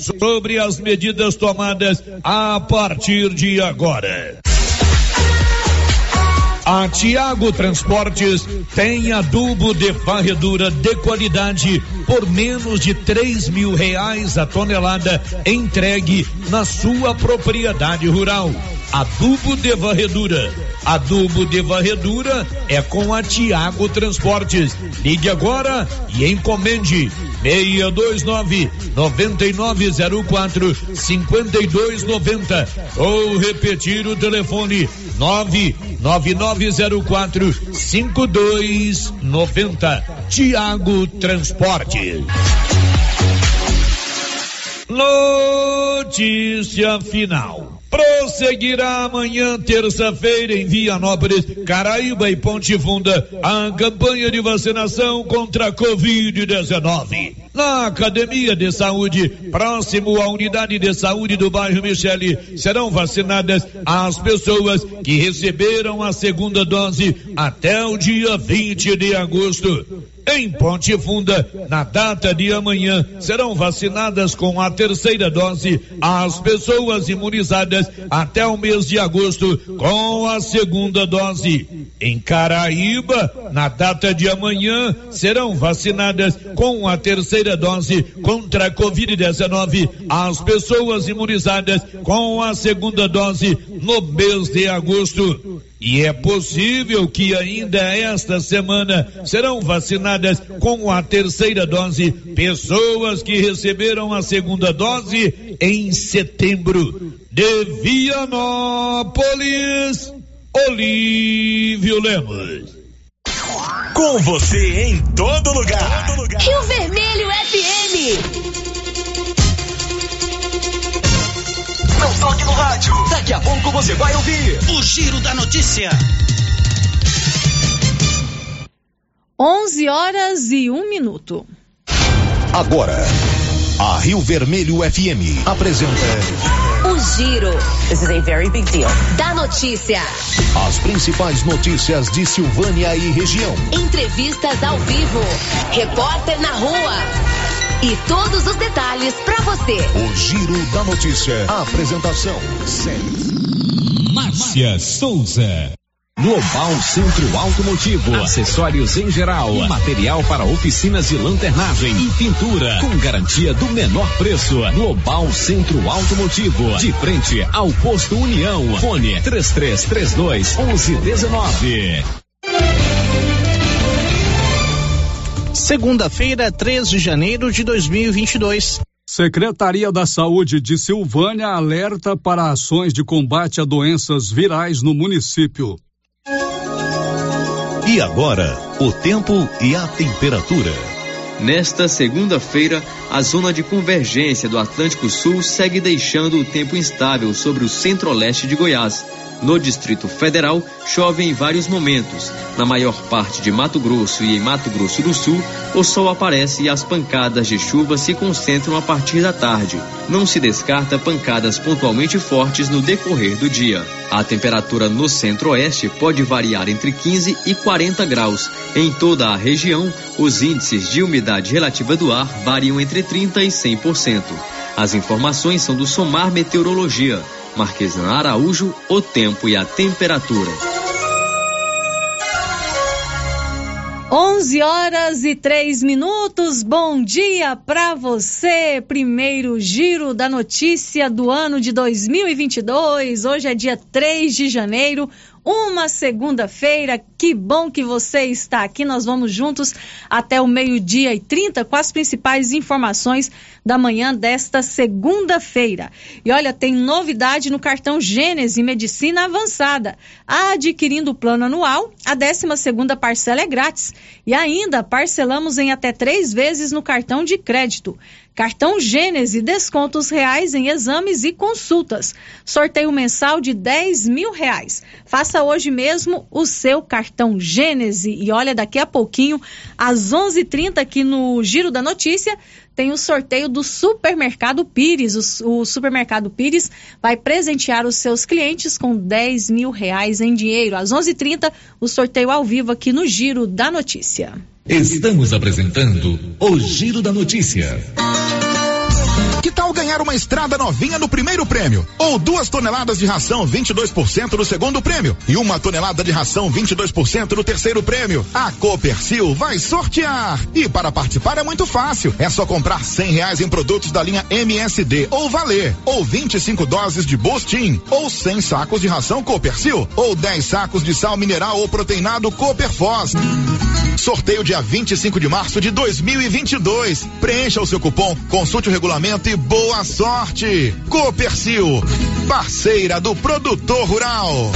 sobre as medidas tomadas a partir de agora. A Thiago Transportes tem adubo de varredura de qualidade por menos de R$3.000 a tonelada, entregue na sua propriedade rural. Adubo de varredura. Adubo de varredura é com a Thiago Transportes. Ligue agora e encomende 629-9904-5290 ou repetir o telefone 99904-5290. Thiago Transportes. Notícia final. Prosseguirá amanhã, terça-feira, em Vianópolis, Caraíba e Ponte Funda, a campanha de vacinação contra a Covid-19. Na Academia de Saúde, próximo à unidade de saúde do bairro Michele, serão vacinadas as pessoas que receberam a segunda dose até o dia 20 de agosto. Em Ponte Funda, na data de amanhã, serão vacinadas com a terceira dose as pessoas imunizadas até o mês de agosto com a segunda dose. Em Caraíba, na data de amanhã, serão vacinadas com a terceira dose contra a Covid-19 as pessoas imunizadas com a segunda dose no mês de agosto. E é possível que ainda esta semana serão vacinadas com a terceira dose pessoas que receberam a segunda dose em setembro. De Vianópolis, Olívio Lemos. Com você em todo lugar. Rio Vermelho FM. Não toque no rádio. Daqui a pouco você vai ouvir o Giro da Notícia. 11h01. Agora, a Rio Vermelho FM apresenta o Giro. This is a very big deal. Da notícia. As principais notícias de Silvânia e região. Entrevistas ao vivo. Repórter na rua. E todos os detalhes para você. O Giro da Notícia. A apresentação: Márcia Souza. Global Centro Automotivo, acessórios em geral, material para oficinas de lanternagem e pintura, com garantia do menor preço. Global Centro Automotivo, de frente ao Posto União. Fone 3332-1119. Segunda-feira, 3 de janeiro de 2022. Secretaria da Saúde de Silvânia alerta para ações de combate a doenças virais no município. E agora, o tempo e a temperatura. Nesta segunda-feira, a zona de convergência do Atlântico Sul segue deixando o tempo instável sobre o centro-oeste de Goiás. No Distrito Federal, chove em vários momentos. Na maior parte de Mato Grosso e em Mato Grosso do Sul, o sol aparece e as pancadas de chuva se concentram a partir da tarde. Não se descarta pancadas pontualmente fortes no decorrer do dia. A temperatura no centro-oeste pode variar entre 15 e 40 graus. Em toda a região, os índices de umidade relativa do ar variam entre 30% e 100%. As informações são do Somar Meteorologia. Marquesana Araújo, o tempo e a temperatura. 11h03. Bom dia para você. Primeiro giro da notícia do ano de 2022. Hoje é dia 3 de janeiro. Uma segunda-feira, que bom que você está aqui. Nós vamos juntos até o 12h30 com as principais informações da manhã desta segunda-feira. E olha, tem novidade no cartão Gênese Medicina Avançada. Adquirindo o plano anual, a 12ª parcela é grátis. E ainda parcelamos em até 3 vezes no cartão de crédito. Cartão Gênese, descontos reais em exames e consultas. Sorteio mensal de R$10.000. Faça hoje mesmo o seu cartão Gênese. E olha, daqui a pouquinho, às 11h30, aqui no Giro da Notícia, tem o sorteio do Supermercado Pires. O Supermercado Pires vai presentear os seus clientes com R$10.000 em dinheiro. Às 11h30, o sorteio ao vivo aqui no Giro da Notícia. Estamos apresentando o Giro da Notícia. Que tal ganhar uma estrada novinha no primeiro prêmio? Ou 2 toneladas de ração 22% no segundo prêmio? E 1 tonelada de ração 22% no terceiro prêmio? A Copercil vai sortear! E para participar é muito fácil. É só comprar R$100 em produtos da linha MSD ou Valer. Ou 25 doses de Bostin. Ou 100 sacos de ração Copercil. Ou 10 sacos de sal mineral ou proteinado Coperfos. Sorteio dia 25 de março de 2022. Preencha o seu cupom, consulte o regulamento e boa sorte. Copercil, parceira do produtor rural.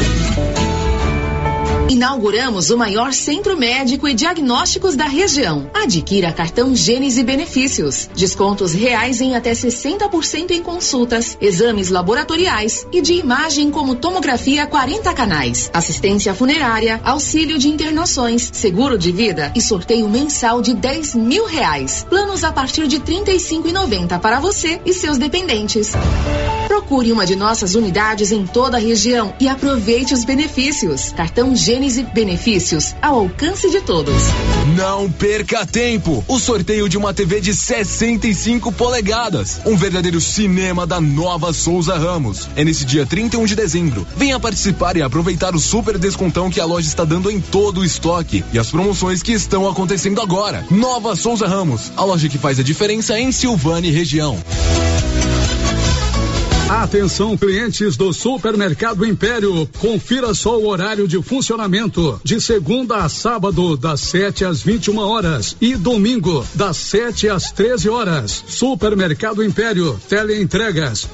Inauguramos o maior centro médico e diagnósticos da região. Adquira cartão Gênese Benefícios. Descontos reais em até 60% em consultas, exames laboratoriais e de imagem como tomografia 40 canais. Assistência funerária, auxílio de internações, seguro de vida e sorteio mensal de R$10.000. Planos a partir de R$35,90 para você e seus dependentes. Procure uma de nossas unidades em toda a região e aproveite os benefícios. Cartão Gênese Benefícios, ao alcance de todos. Não perca tempo! O sorteio de uma TV de 65 polegadas. Um verdadeiro cinema da Nova Souza Ramos. É nesse dia 31 de dezembro. Venha participar e aproveitar o super descontão que a loja está dando em todo o estoque e as promoções que estão acontecendo agora. Nova Souza Ramos, a loja que faz a diferença em Silvânia e região. Atenção, clientes do Supermercado Império, confira só o horário de funcionamento, de segunda a sábado, das 7 às 21 horas e domingo, das 7 às 13 horas. Supermercado Império, teleentregas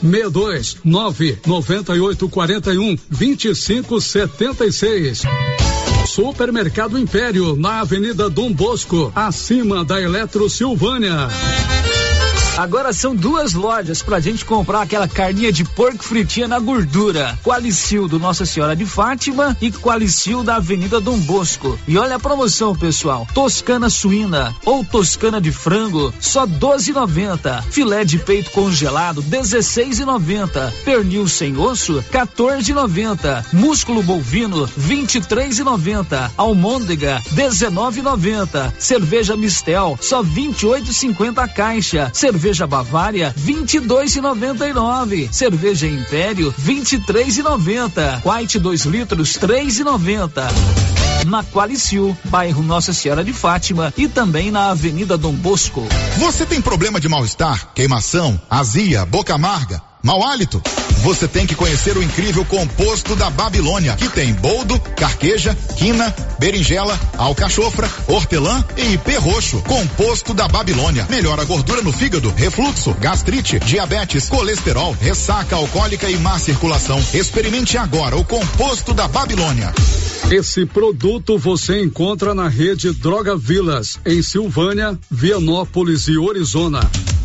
62998412576. Supermercado Império, na Avenida Dom Bosco, acima da Eletro Silvânia. Agora são 2 lojas pra gente comprar aquela carninha de porco fritinha na gordura. Qualicil do Nossa Senhora de Fátima e Qualicil da Avenida Dom Bosco. E olha a promoção, pessoal. Toscana suína ou toscana de frango, só R$12,90. Filé de peito congelado, R$16,90. Pernil sem osso, R$14,90. Músculo bovino, R$23,90. Almôndega, R$19,90. Cerveja Mistel, só R$28,50 a caixa. Cerveja Bavária, R$22,99. Cerveja Império, R$23,90. White 2 litros, R$3,90. Na Qualicil, bairro Nossa Senhora de Fátima e também na Avenida Dom Bosco. Você tem problema de mal-estar, queimação, azia, boca amarga, mau hálito? Você tem que conhecer o incrível composto da Babilônia, que tem boldo, carqueja, quina, berinjela, alcachofra, hortelã e ipê roxo. Composto da Babilônia. Melhora a gordura no fígado, refluxo, gastrite, diabetes, colesterol, ressaca alcoólica e má circulação. Experimente agora o composto da Babilônia. Esse produto você encontra na rede Droga Vilas, em Silvânia, Vianópolis e Orizona.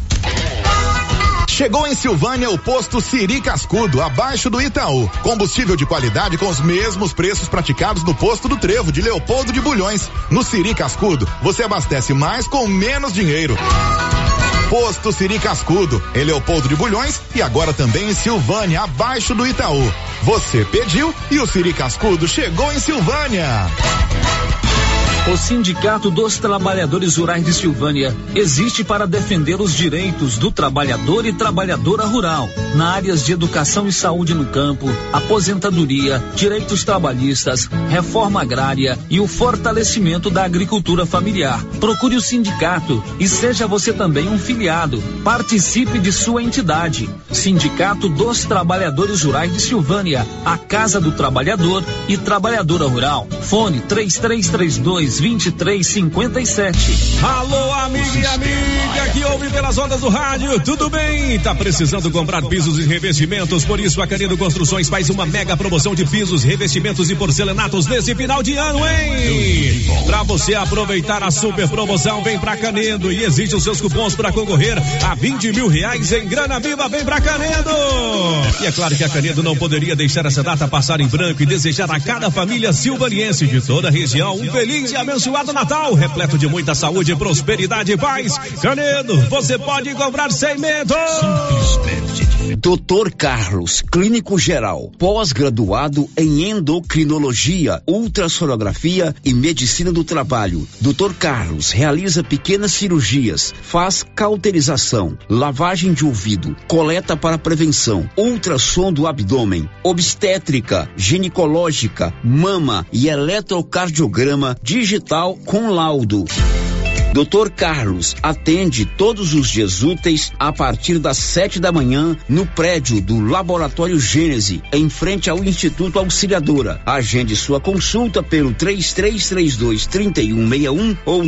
Chegou em Silvânia o posto Siri Cascudo, abaixo do Itaú. Combustível de qualidade com os mesmos preços praticados no posto do Trevo, de Leopoldo de Bulhões. No Siri Cascudo, você abastece mais com menos dinheiro. Posto Siri Cascudo, em Leopoldo de Bulhões e agora também em Silvânia, abaixo do Itaú. Você pediu e o Siri Cascudo chegou em Silvânia. O Sindicato dos Trabalhadores Rurais de Silvânia existe para defender os direitos do trabalhador e trabalhadora rural, na áreas de educação e saúde no campo, aposentadoria, direitos trabalhistas, reforma agrária e o fortalecimento da agricultura familiar. Procure o sindicato e seja você também um filiado. Participe de sua entidade. Sindicato dos Trabalhadores Rurais de Silvânia, a Casa do Trabalhador e Trabalhadora Rural. Fone 3332-2357. Alô, amiga e amiga que ouve pelas ondas do rádio, tudo bem? Tá precisando comprar pisos e revestimentos? Por isso a Canedo Construções faz uma mega promoção de pisos, revestimentos e porcelanatos nesse final de ano, hein? Pra você aproveitar a super promoção, vem pra Canedo e exige os seus cupons para concorrer a R$20 mil em grana viva. Vem pra Canedo! E é claro que a Canedo não poderia deixar essa data passar em branco e desejar a cada família silvaniense de toda a região um feliz e abençoado Natal, repleto de muita saúde, prosperidade e paz. Canedo, você pode comprar sem medo. Simplesmente diferente. Dr. Carlos, clínico geral, pós-graduado em endocrinologia, ultrassonografia e medicina do trabalho. Dr. Carlos realiza pequenas cirurgias, faz cauterização, lavagem de ouvido, coleta para prevenção, ultrassom do abdômen, obstétrica, ginecológica, mama e eletrocardiograma digital com laudo. Dr. Carlos atende todos os dias úteis a partir das 7 da manhã no prédio do Laboratório Gênese, em frente ao Instituto Auxiliadora. Agende sua consulta pelo 3332-3161 ou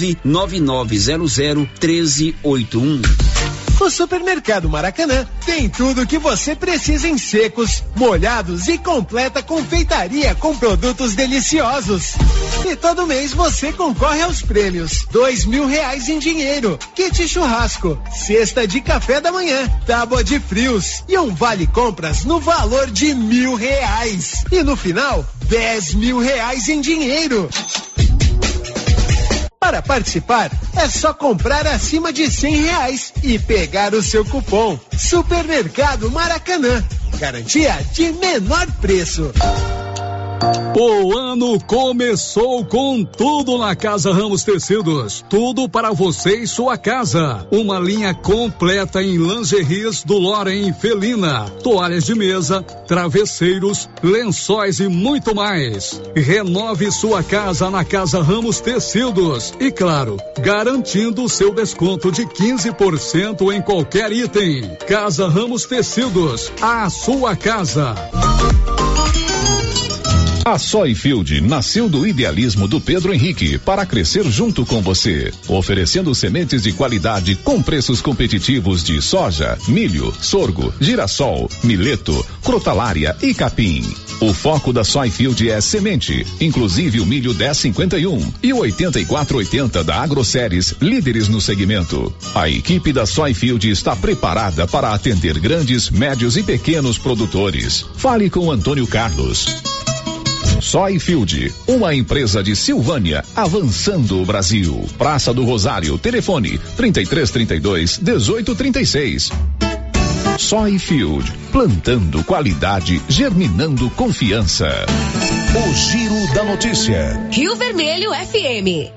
99900-1381. O Supermercado Maracanã tem tudo o que você precisa em secos, molhados e completa confeitaria com produtos deliciosos. E todo mês você concorre aos prêmios: R$2.000 em dinheiro, kit churrasco, cesta de café da manhã, tábua de frios e um vale compras no valor de R$1.000. E no final, R$10.000 em dinheiro. Para participar, é só comprar acima de R$100 e pegar o seu cupom. Supermercado Maracanã. Garantia de menor preço. O ano começou com tudo na Casa Ramos Tecidos. Tudo para você e sua casa. Uma linha completa em lingeries do Loren Felina, toalhas de mesa, travesseiros, lençóis e muito mais. Renove sua casa na Casa Ramos Tecidos. E claro, garantindo seu desconto de 15% em qualquer item. Casa Ramos Tecidos, a sua casa. A Soyfield nasceu do idealismo do Pedro Henrique para crescer junto com você, oferecendo sementes de qualidade com preços competitivos de soja, milho, sorgo, girassol, mileto, crotalária e capim. O foco da Soyfield é semente, inclusive o milho 1051 e o 8480 da AgroSéries, líderes no segmento. A equipe da Soyfield está preparada para atender grandes, médios e pequenos produtores. Fale com Antônio Carlos. Soyfield, uma empresa de Silvânia, avançando o Brasil. Praça do Rosário, telefone 3332-1836. Soyfield, plantando qualidade, germinando confiança. O Giro da Notícia. Rio Vermelho FM.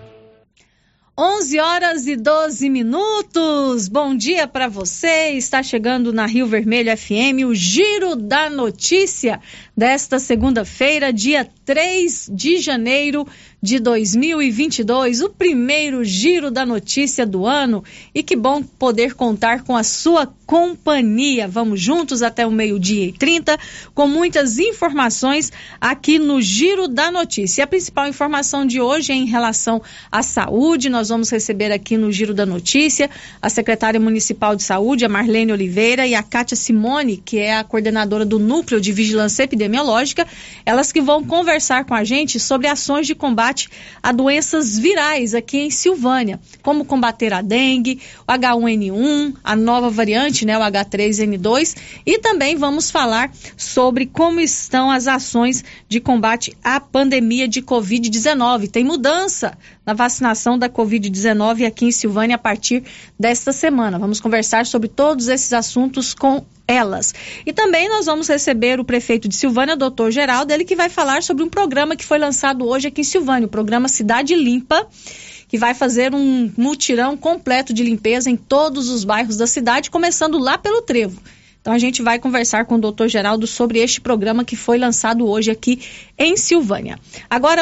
11h12. Bom dia para você. Está chegando na Rio Vermelho FM o Giro da Notícia desta segunda-feira, dia 3 de janeiro de 2022, o primeiro Giro da Notícia do ano, e que bom poder contar com a sua companhia. Vamos juntos até o 12h30 com muitas informações aqui no Giro da Notícia. E a principal informação de hoje é em relação à saúde. Nós vamos receber aqui no Giro da Notícia a secretária municipal de saúde, a Marlene Oliveira, e a Kátia Simone, que é a coordenadora do Núcleo de Vigilância Epidemiológica, elas que vão conversar com a gente sobre ações de combate a doenças virais aqui em Silvânia, como combater a dengue, o H1N1, a nova variante, o H3N2, e também vamos falar sobre como estão as ações de combate à pandemia de Covid-19. Tem mudança na vacinação da Covid-19 aqui em Silvânia a partir desta semana. Vamos conversar sobre todos esses assuntos com elas. E também nós vamos receber o prefeito de Silvânia, Dr. Geraldo, ele que vai falar sobre um programa que foi lançado hoje aqui em Silvânia, o programa Cidade Limpa, que vai fazer um mutirão completo de limpeza em todos os bairros da cidade, começando lá pelo Trevo. Então a gente vai conversar com o Dr. Geraldo sobre este programa que foi lançado hoje aqui em Silvânia. Agora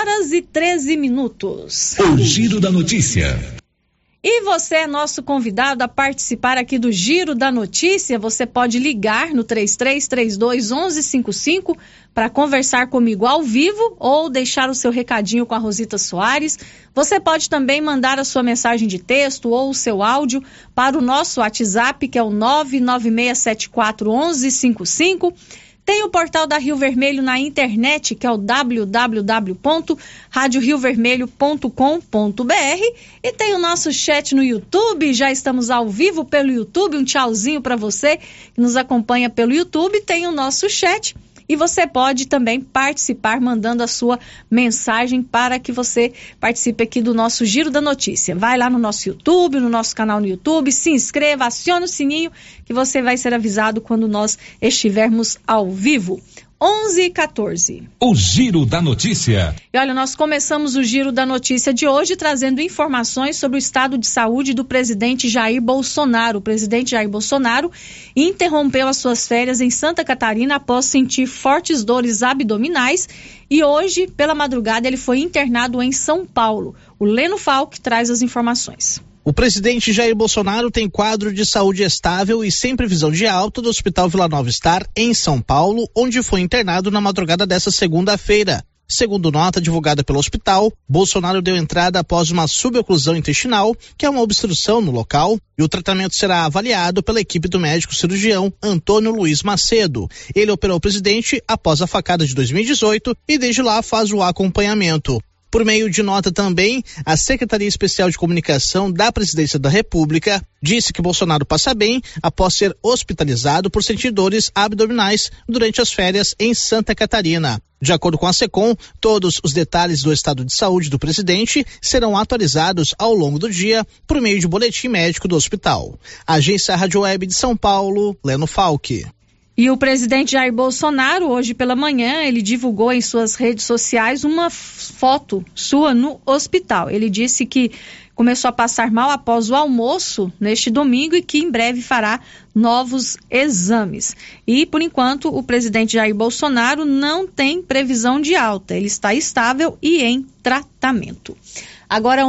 11h13. O Giro da Notícia. E você é nosso convidado a participar aqui do Giro da Notícia. Você pode ligar no 3332-1155 para conversar comigo ao vivo ou deixar o seu recadinho com a Rosita Soares. Você pode também mandar a sua mensagem de texto ou o seu áudio para o nosso WhatsApp, que é o 996741155. Tem o portal da Rio Vermelho na internet, que é o www.radioriovermelho.com.br, e tem o nosso chat no YouTube. Já estamos ao vivo pelo YouTube. Um tchauzinho para você que nos acompanha pelo YouTube. Tem o nosso chat e você pode também participar mandando a sua mensagem para que você participe aqui do nosso Giro da Notícia. Vai lá no nosso YouTube, no nosso canal no YouTube, se inscreva, acione o sininho que você vai ser avisado quando nós estivermos ao vivo. 11h14. O Giro da Notícia. E olha, nós começamos o Giro da Notícia de hoje trazendo informações sobre o estado de saúde do presidente Jair Bolsonaro. O presidente Jair Bolsonaro interrompeu as suas férias em Santa Catarina após sentir fortes dores abdominais e hoje, pela madrugada, ele foi internado em São Paulo. O Leno Falck traz as informações. O presidente Jair Bolsonaro tem quadro de saúde estável e sem previsão de alta do Hospital Vila Nova Star, em São Paulo, onde foi internado na madrugada desta segunda-feira. Segundo nota divulgada pelo hospital, Bolsonaro deu entrada após uma suboclusão intestinal, que é uma obstrução no local, e o tratamento será avaliado pela equipe do médico cirurgião Antônio Luiz Macedo. Ele operou o presidente após a facada de 2018 e desde lá faz o acompanhamento. Por meio de nota também, a Secretaria Especial de Comunicação da Presidência da República disse que Bolsonaro passa bem após ser hospitalizado por sentir dores abdominais durante as férias em Santa Catarina. De acordo com a SECOM, todos os detalhes do estado de saúde do presidente serão atualizados ao longo do dia por meio de boletim médico do hospital. Agência Rádio Web de São Paulo, Leno Falck. E o presidente Jair Bolsonaro, hoje pela manhã, ele divulgou em suas redes sociais uma foto sua no hospital. Ele disse que começou a passar mal após o almoço neste domingo e que em breve fará novos exames. E, por enquanto, o presidente Jair Bolsonaro não tem previsão de alta. Ele está estável e em tratamento. Agora,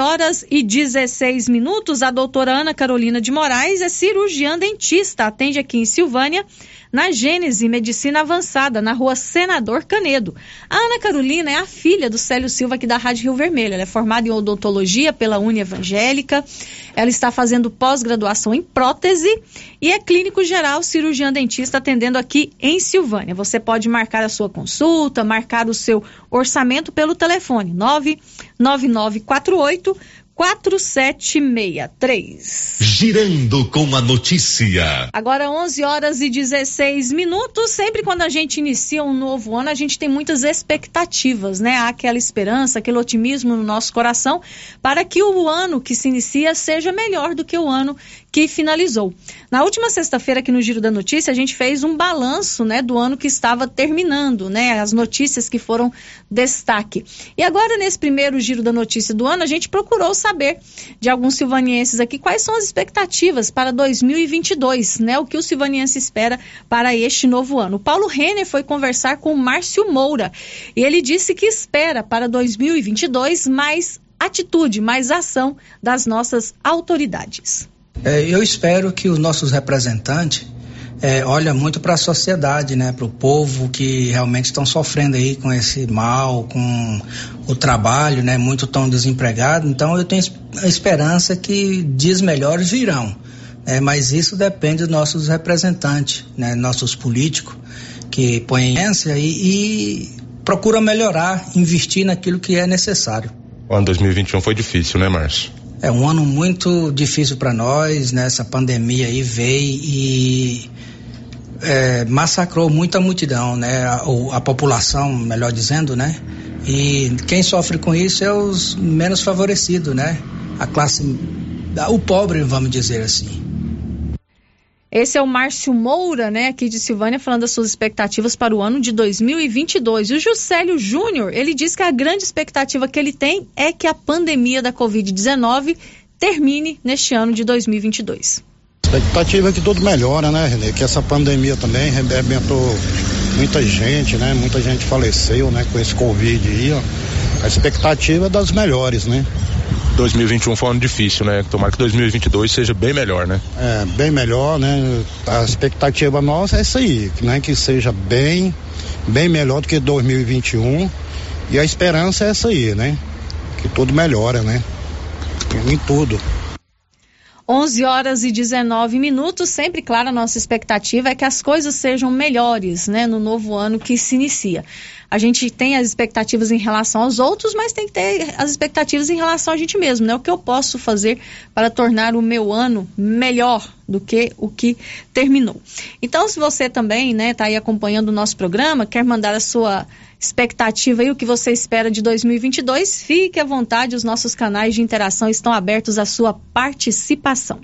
11h16, a doutora Ana Carolina de Moraes é cirurgiã dentista, atende aqui em Silvânia, na Gênese Medicina Avançada, na rua Senador Canedo. A Ana Carolina é a filha do Célio Silva aqui da Rádio Rio Vermelho. Ela é formada em odontologia pela Unievangélica, ela está fazendo pós-graduação em prótese e é clínico geral, cirurgiã dentista, atendendo aqui em Silvânia. Você pode marcar a sua consulta, marcar o seu orçamento pelo telefone 99948-4763. Girando com a notícia. Agora 11h16. Sempre quando a gente inicia um novo ano, a gente tem muitas expectativas, né? Há aquela esperança, aquele otimismo no nosso coração para que o ano que se inicia seja melhor do que o ano que finalizou. Na última sexta-feira aqui no Giro da Notícia, a gente fez um balanço, né, do ano que estava terminando, né? As notícias que foram destaque. E agora, nesse primeiro Giro da Notícia do ano, a gente procurou saber de alguns silvanienses aqui quais são as expectativas para 2022, né? O que o silvaniense espera para este novo ano. O Paulo Renner foi conversar com o Márcio Moura e ele disse que espera para 2022 mais atitude, mais ação das nossas autoridades. Eu espero que os nossos representantes olhem muito para a sociedade, né, para o povo que realmente estão sofrendo aí com esse mal, com o trabalho, né, muitos estão desempregados. Então eu tenho a esperança que dias melhores virão, mas isso depende dos nossos representantes, né, nossos políticos que põem ênfase e procuram melhorar, investir naquilo que é necessário. O ano 2021 foi difícil, né, Márcio? É um ano muito difícil para nós, né? Essa pandemia aí veio e massacrou muita multidão, né? A população, melhor dizendo, né? E quem sofre com isso é os menos favorecidos, né? A classe, o pobre, vamos dizer assim. Esse é o Márcio Moura, né, aqui de Silvânia, falando das suas expectativas para o ano de 2022. E o Juscelio Júnior, ele diz que a grande expectativa que ele tem é que a pandemia da Covid-19 termine neste ano de 2022. A expectativa é que tudo melhora, né, Renê? Que essa pandemia também arrebentou muita gente, né? Muita gente faleceu, né, com esse Covid aí, ó. A expectativa é das melhores, né? 2021 foi um ano difícil, né? Tomara que 2022 seja bem melhor, né? Bem melhor, né? A expectativa nossa é isso aí, né? Que seja bem melhor do que 2021 e a esperança é essa aí, né? Que tudo melhora, né? Em tudo. 11h19, sempre, claro, a nossa expectativa é que as coisas sejam melhores, né, no novo ano que se inicia. A gente tem as expectativas em relação aos outros, mas tem que ter as expectativas em relação a gente mesmo, né? O que eu posso fazer para tornar o meu ano melhor do que o que terminou. Então, se você também, né, tá aí acompanhando o nosso programa, quer mandar a sua expectativa e o que você espera de 2022, fique à vontade, os nossos canais de interação estão abertos à sua participação.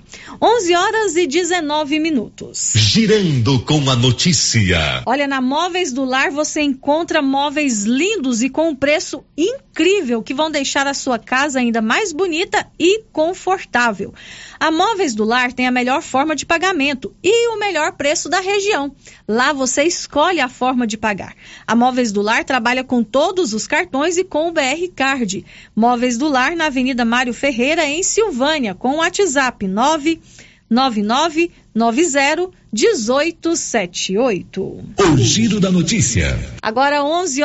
11h19. Girando com a notícia. Olha, na Móveis do Lar você encontra móveis lindos e com um preço incrível que vão deixar a sua casa ainda mais bonita e confortável. A Móveis do Lar tem a melhor forma de pagamento e o melhor preço da região. Lá você escolhe a forma de pagar. A Móveis do Lar trabalha com todos os cartões e com o BR Card. Móveis do Lar na Avenida Mário Ferreira, em Silvânia, com o WhatsApp 99990-1878. O Giro da Notícia. Agora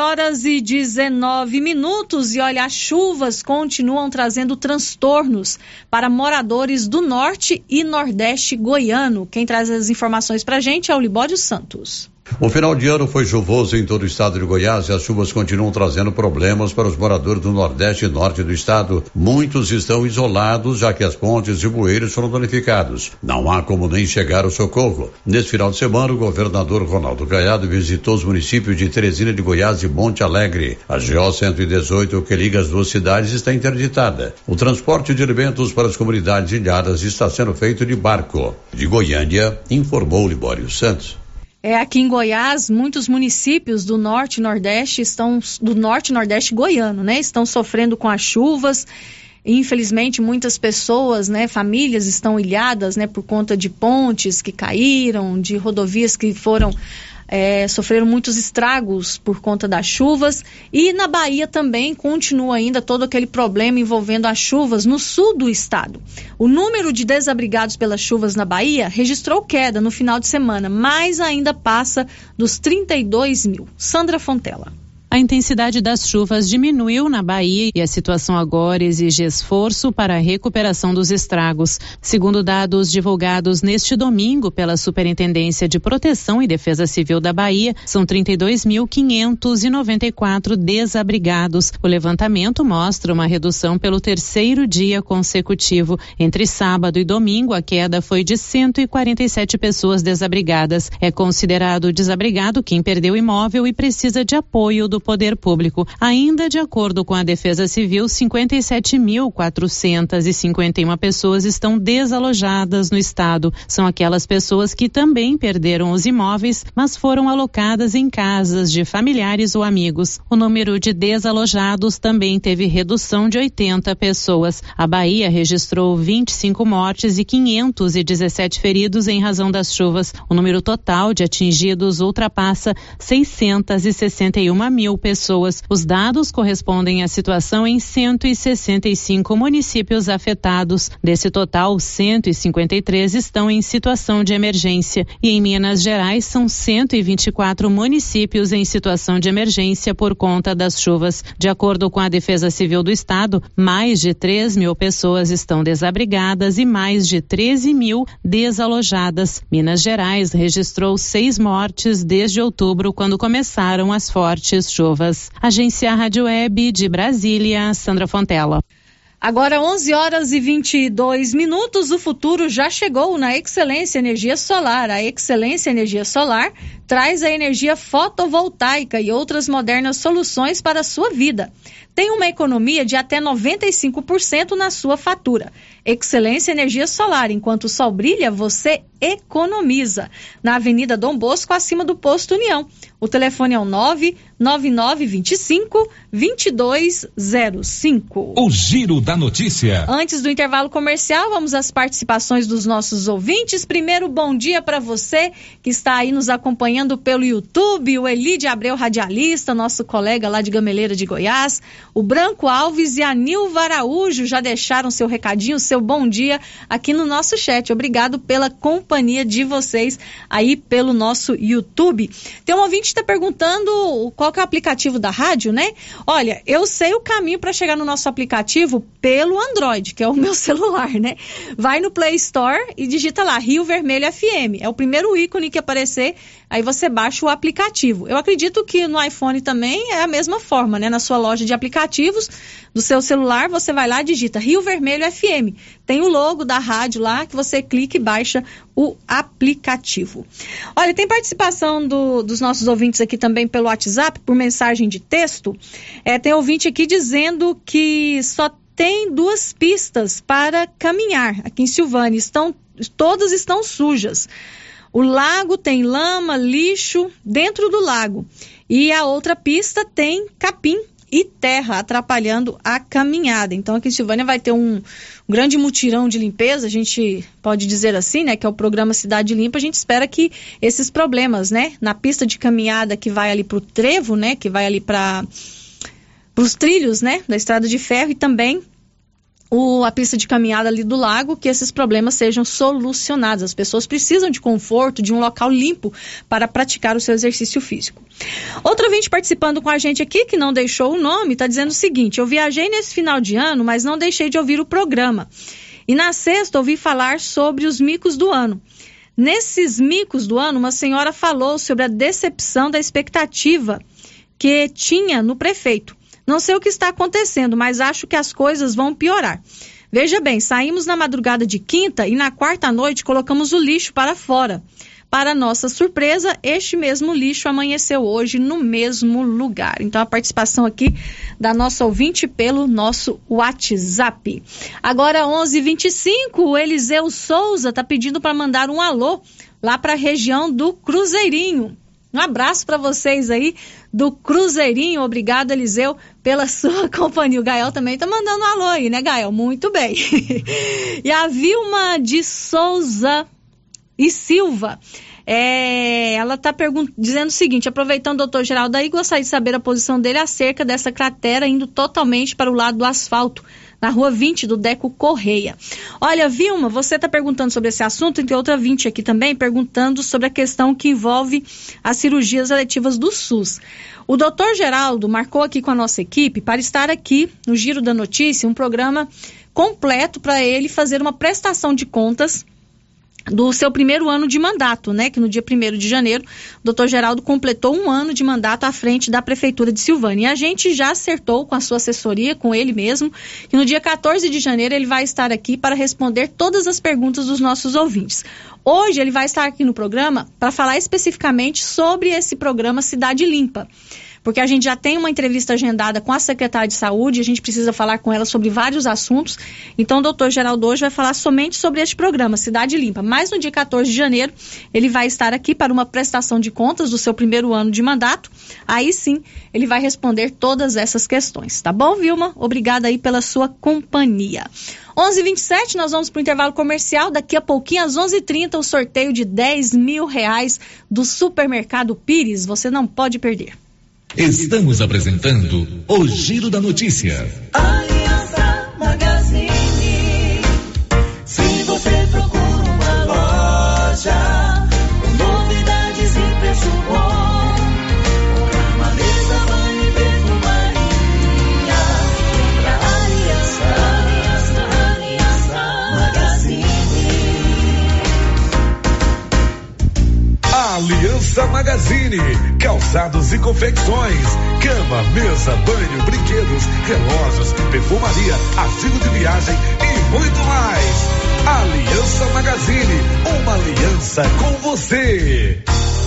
11h19 e olha, as chuvas continuam trazendo transtornos para moradores do norte e nordeste goiano. Quem traz as informações pra gente é o Libódio Santos. O final de ano foi chuvoso em todo o estado de Goiás e as chuvas continuam trazendo problemas para os moradores do Nordeste e Norte do estado. Muitos estão isolados, já que as pontes e bueiros foram danificados. Não há como nem chegar ao socorro. Nesse final de semana, o governador Ronaldo Caiado visitou os municípios de Teresina de Goiás e Monte Alegre. A GO 118, que liga as duas cidades, está interditada. O transporte de alimentos para as comunidades ilhadas está sendo feito de barco. De Goiânia, informou Libório Santos. Aqui em Goiás, muitos municípios do norte e nordeste goiano, né, estão sofrendo com as chuvas. Infelizmente, muitas pessoas, né, famílias estão ilhadas, né, por conta de pontes que caíram, de rodovias que sofreram muitos estragos por conta das chuvas. E na Bahia também continua ainda todo aquele problema envolvendo as chuvas no sul do estado. O número de desabrigados pelas chuvas na Bahia registrou queda no final de semana, mas ainda passa dos 32 mil. Sandra Fontela. A intensidade das chuvas diminuiu na Bahia e a situação agora exige esforço para a recuperação dos estragos. Segundo dados divulgados neste domingo pela Superintendência de Proteção e Defesa Civil da Bahia, são 32.594 desabrigados. O levantamento mostra uma redução pelo terceiro dia consecutivo. Entre sábado e domingo, a queda foi de 147 pessoas desabrigadas. É considerado desabrigado quem perdeu imóvel e precisa de apoio do poder público. Ainda de acordo com a Defesa Civil, 57.451 pessoas estão desalojadas no estado. São aquelas pessoas que também perderam os imóveis, mas foram alocadas em casas de familiares ou amigos. O número de desalojados também teve redução de 80 pessoas. A Bahia registrou 25 mortes e 517 feridos em razão das chuvas. O número total de atingidos ultrapassa 661 mil pessoas. Os dados correspondem à situação em 165 municípios afetados. Desse total, 153 estão em situação de emergência. E em Minas Gerais, são 124 municípios em situação de emergência por conta das chuvas. De acordo com a Defesa Civil do Estado, mais de 3 mil pessoas estão desabrigadas e mais de 13 mil desalojadas. Minas Gerais registrou 6 mortes desde outubro, quando começaram as fortes chuvas. Agência Rádio Web de Brasília, Sandra Fontela. Agora 11h22, o futuro já chegou na Excelência Energia Solar. A Excelência Energia Solar traz a energia fotovoltaica e outras modernas soluções para a sua vida. Tem uma economia de até 95% na sua fatura. Excelência Energia Solar, enquanto o sol brilha, você economiza. Na Avenida Dom Bosco, acima do Posto União. O telefone é o 99925-2205. O Giro da Notícia. Antes do intervalo comercial, vamos às participações dos nossos ouvintes. Primeiro, bom dia para você que está aí nos acompanhando pelo YouTube. O Elide Abreu, radialista, nosso colega lá de Gameleira de Goiás. O Branco Alves e a Nilva Araújo já deixaram seu recadinho, seu bom dia aqui no nosso chat. Obrigado pela companhia. companhia de vocês aí pelo nosso YouTube. Tem um ouvinte que está perguntando qual que é o aplicativo da rádio, né? Olha, eu sei o caminho para chegar no nosso aplicativo pelo Android, que é o meu celular, né? Vai no Play Store e digita lá, Rio Vermelho FM. É o primeiro ícone que aparecer, aí você baixa o aplicativo. Eu acredito que no iPhone também é a mesma forma, né? Na sua loja de aplicativos do seu celular, você vai lá e digita Rio Vermelho FM. Tem o logo da rádio lá, que você clica e baixa o aplicativo. Olha, tem participação dos nossos ouvintes aqui também pelo WhatsApp, por mensagem de texto. Tem ouvinte aqui dizendo que só tem 2 pistas para caminhar aqui em Silvânia. Todas estão sujas. O lago tem lama, lixo dentro do lago. E a outra pista tem capim e terra, atrapalhando a caminhada. Então, aqui em Silvânia vai ter um grande mutirão de limpeza, a gente pode dizer assim, né, que é o programa Cidade Limpa. A gente espera que esses problemas, né, na pista de caminhada que vai ali para o trevo, né, que vai ali para os trilhos, né, da estrada de ferro, e também a pista de caminhada ali do lago, que esses problemas sejam solucionados. As pessoas precisam de conforto, de um local limpo para praticar o seu exercício físico. Outro ouvinte participando com a gente aqui, que não deixou o nome, está dizendo o seguinte: eu viajei nesse final de ano, mas não deixei de ouvir o programa. E na sexta ouvi falar sobre os micos do ano. Nesses micos do ano, uma senhora falou sobre a decepção da expectativa que tinha no prefeito. Não sei o que está acontecendo, mas acho que as coisas vão piorar. Veja bem, saímos na madrugada de quinta e na quarta noite colocamos o lixo para fora. Para nossa surpresa, este mesmo lixo amanheceu hoje no mesmo lugar. Então, a participação aqui da nossa ouvinte pelo nosso WhatsApp. Agora, 11h25, o Eliseu Souza está pedindo para mandar um alô lá para a região do Cruzeirinho. Um abraço para vocês aí do Cruzeirinho. Obrigado, Eliseu, pela sua companhia. O Gael também tá mandando um alô aí, né, Gael? Muito bem. E a Vilma de Souza e Silva, ela tá dizendo o seguinte: aproveitando o doutor Geraldo aí, gostaria de saber a posição dele acerca dessa cratera indo totalmente para o lado do asfalto, na rua 20 do Deco Correia. Olha, Vilma, você está perguntando sobre esse assunto, e tem outra 20 aqui também perguntando sobre a questão que envolve as cirurgias eletivas do SUS. O doutor Geraldo marcou aqui com a nossa equipe para estar aqui no Giro da Notícia, um programa completo para ele fazer uma prestação de contas do seu primeiro ano de mandato, né? Que no dia 1º de janeiro, o doutor Geraldo completou 1 ano de mandato à frente da Prefeitura de Silvânia. E a gente já acertou com a sua assessoria, com ele mesmo, que no dia 14 de janeiro ele vai estar aqui para responder todas as perguntas dos nossos ouvintes. Hoje ele vai estar aqui no programa para falar especificamente sobre esse programa Cidade Limpa, porque a gente já tem uma entrevista agendada com a secretária de saúde, a gente precisa falar com ela sobre vários assuntos. Então o doutor Geraldo hoje vai falar somente sobre este programa, Cidade Limpa. Mas no dia 14 de janeiro, ele vai estar aqui para uma prestação de contas do seu primeiro ano de mandato. Aí sim, ele vai responder todas essas questões. Tá bom, Vilma? Obrigada aí pela sua companhia. 11h27, nós vamos para o intervalo comercial. Daqui a pouquinho, às 11h30, o sorteio de R$10 mil do Supermercado Pires. Você não pode perder. Estamos apresentando o Giro da Notícia. Aliança Magazine. Se você procura uma loja com novidades e preço bom, cama, mesa, banho e perfumaria, pra Aliança Magazine. Aliança Magazine, calçados e confecções, cama, mesa, banho, brinquedos, relógios, perfumaria, artigo de viagem e muito mais. Aliança Magazine, uma aliança com você.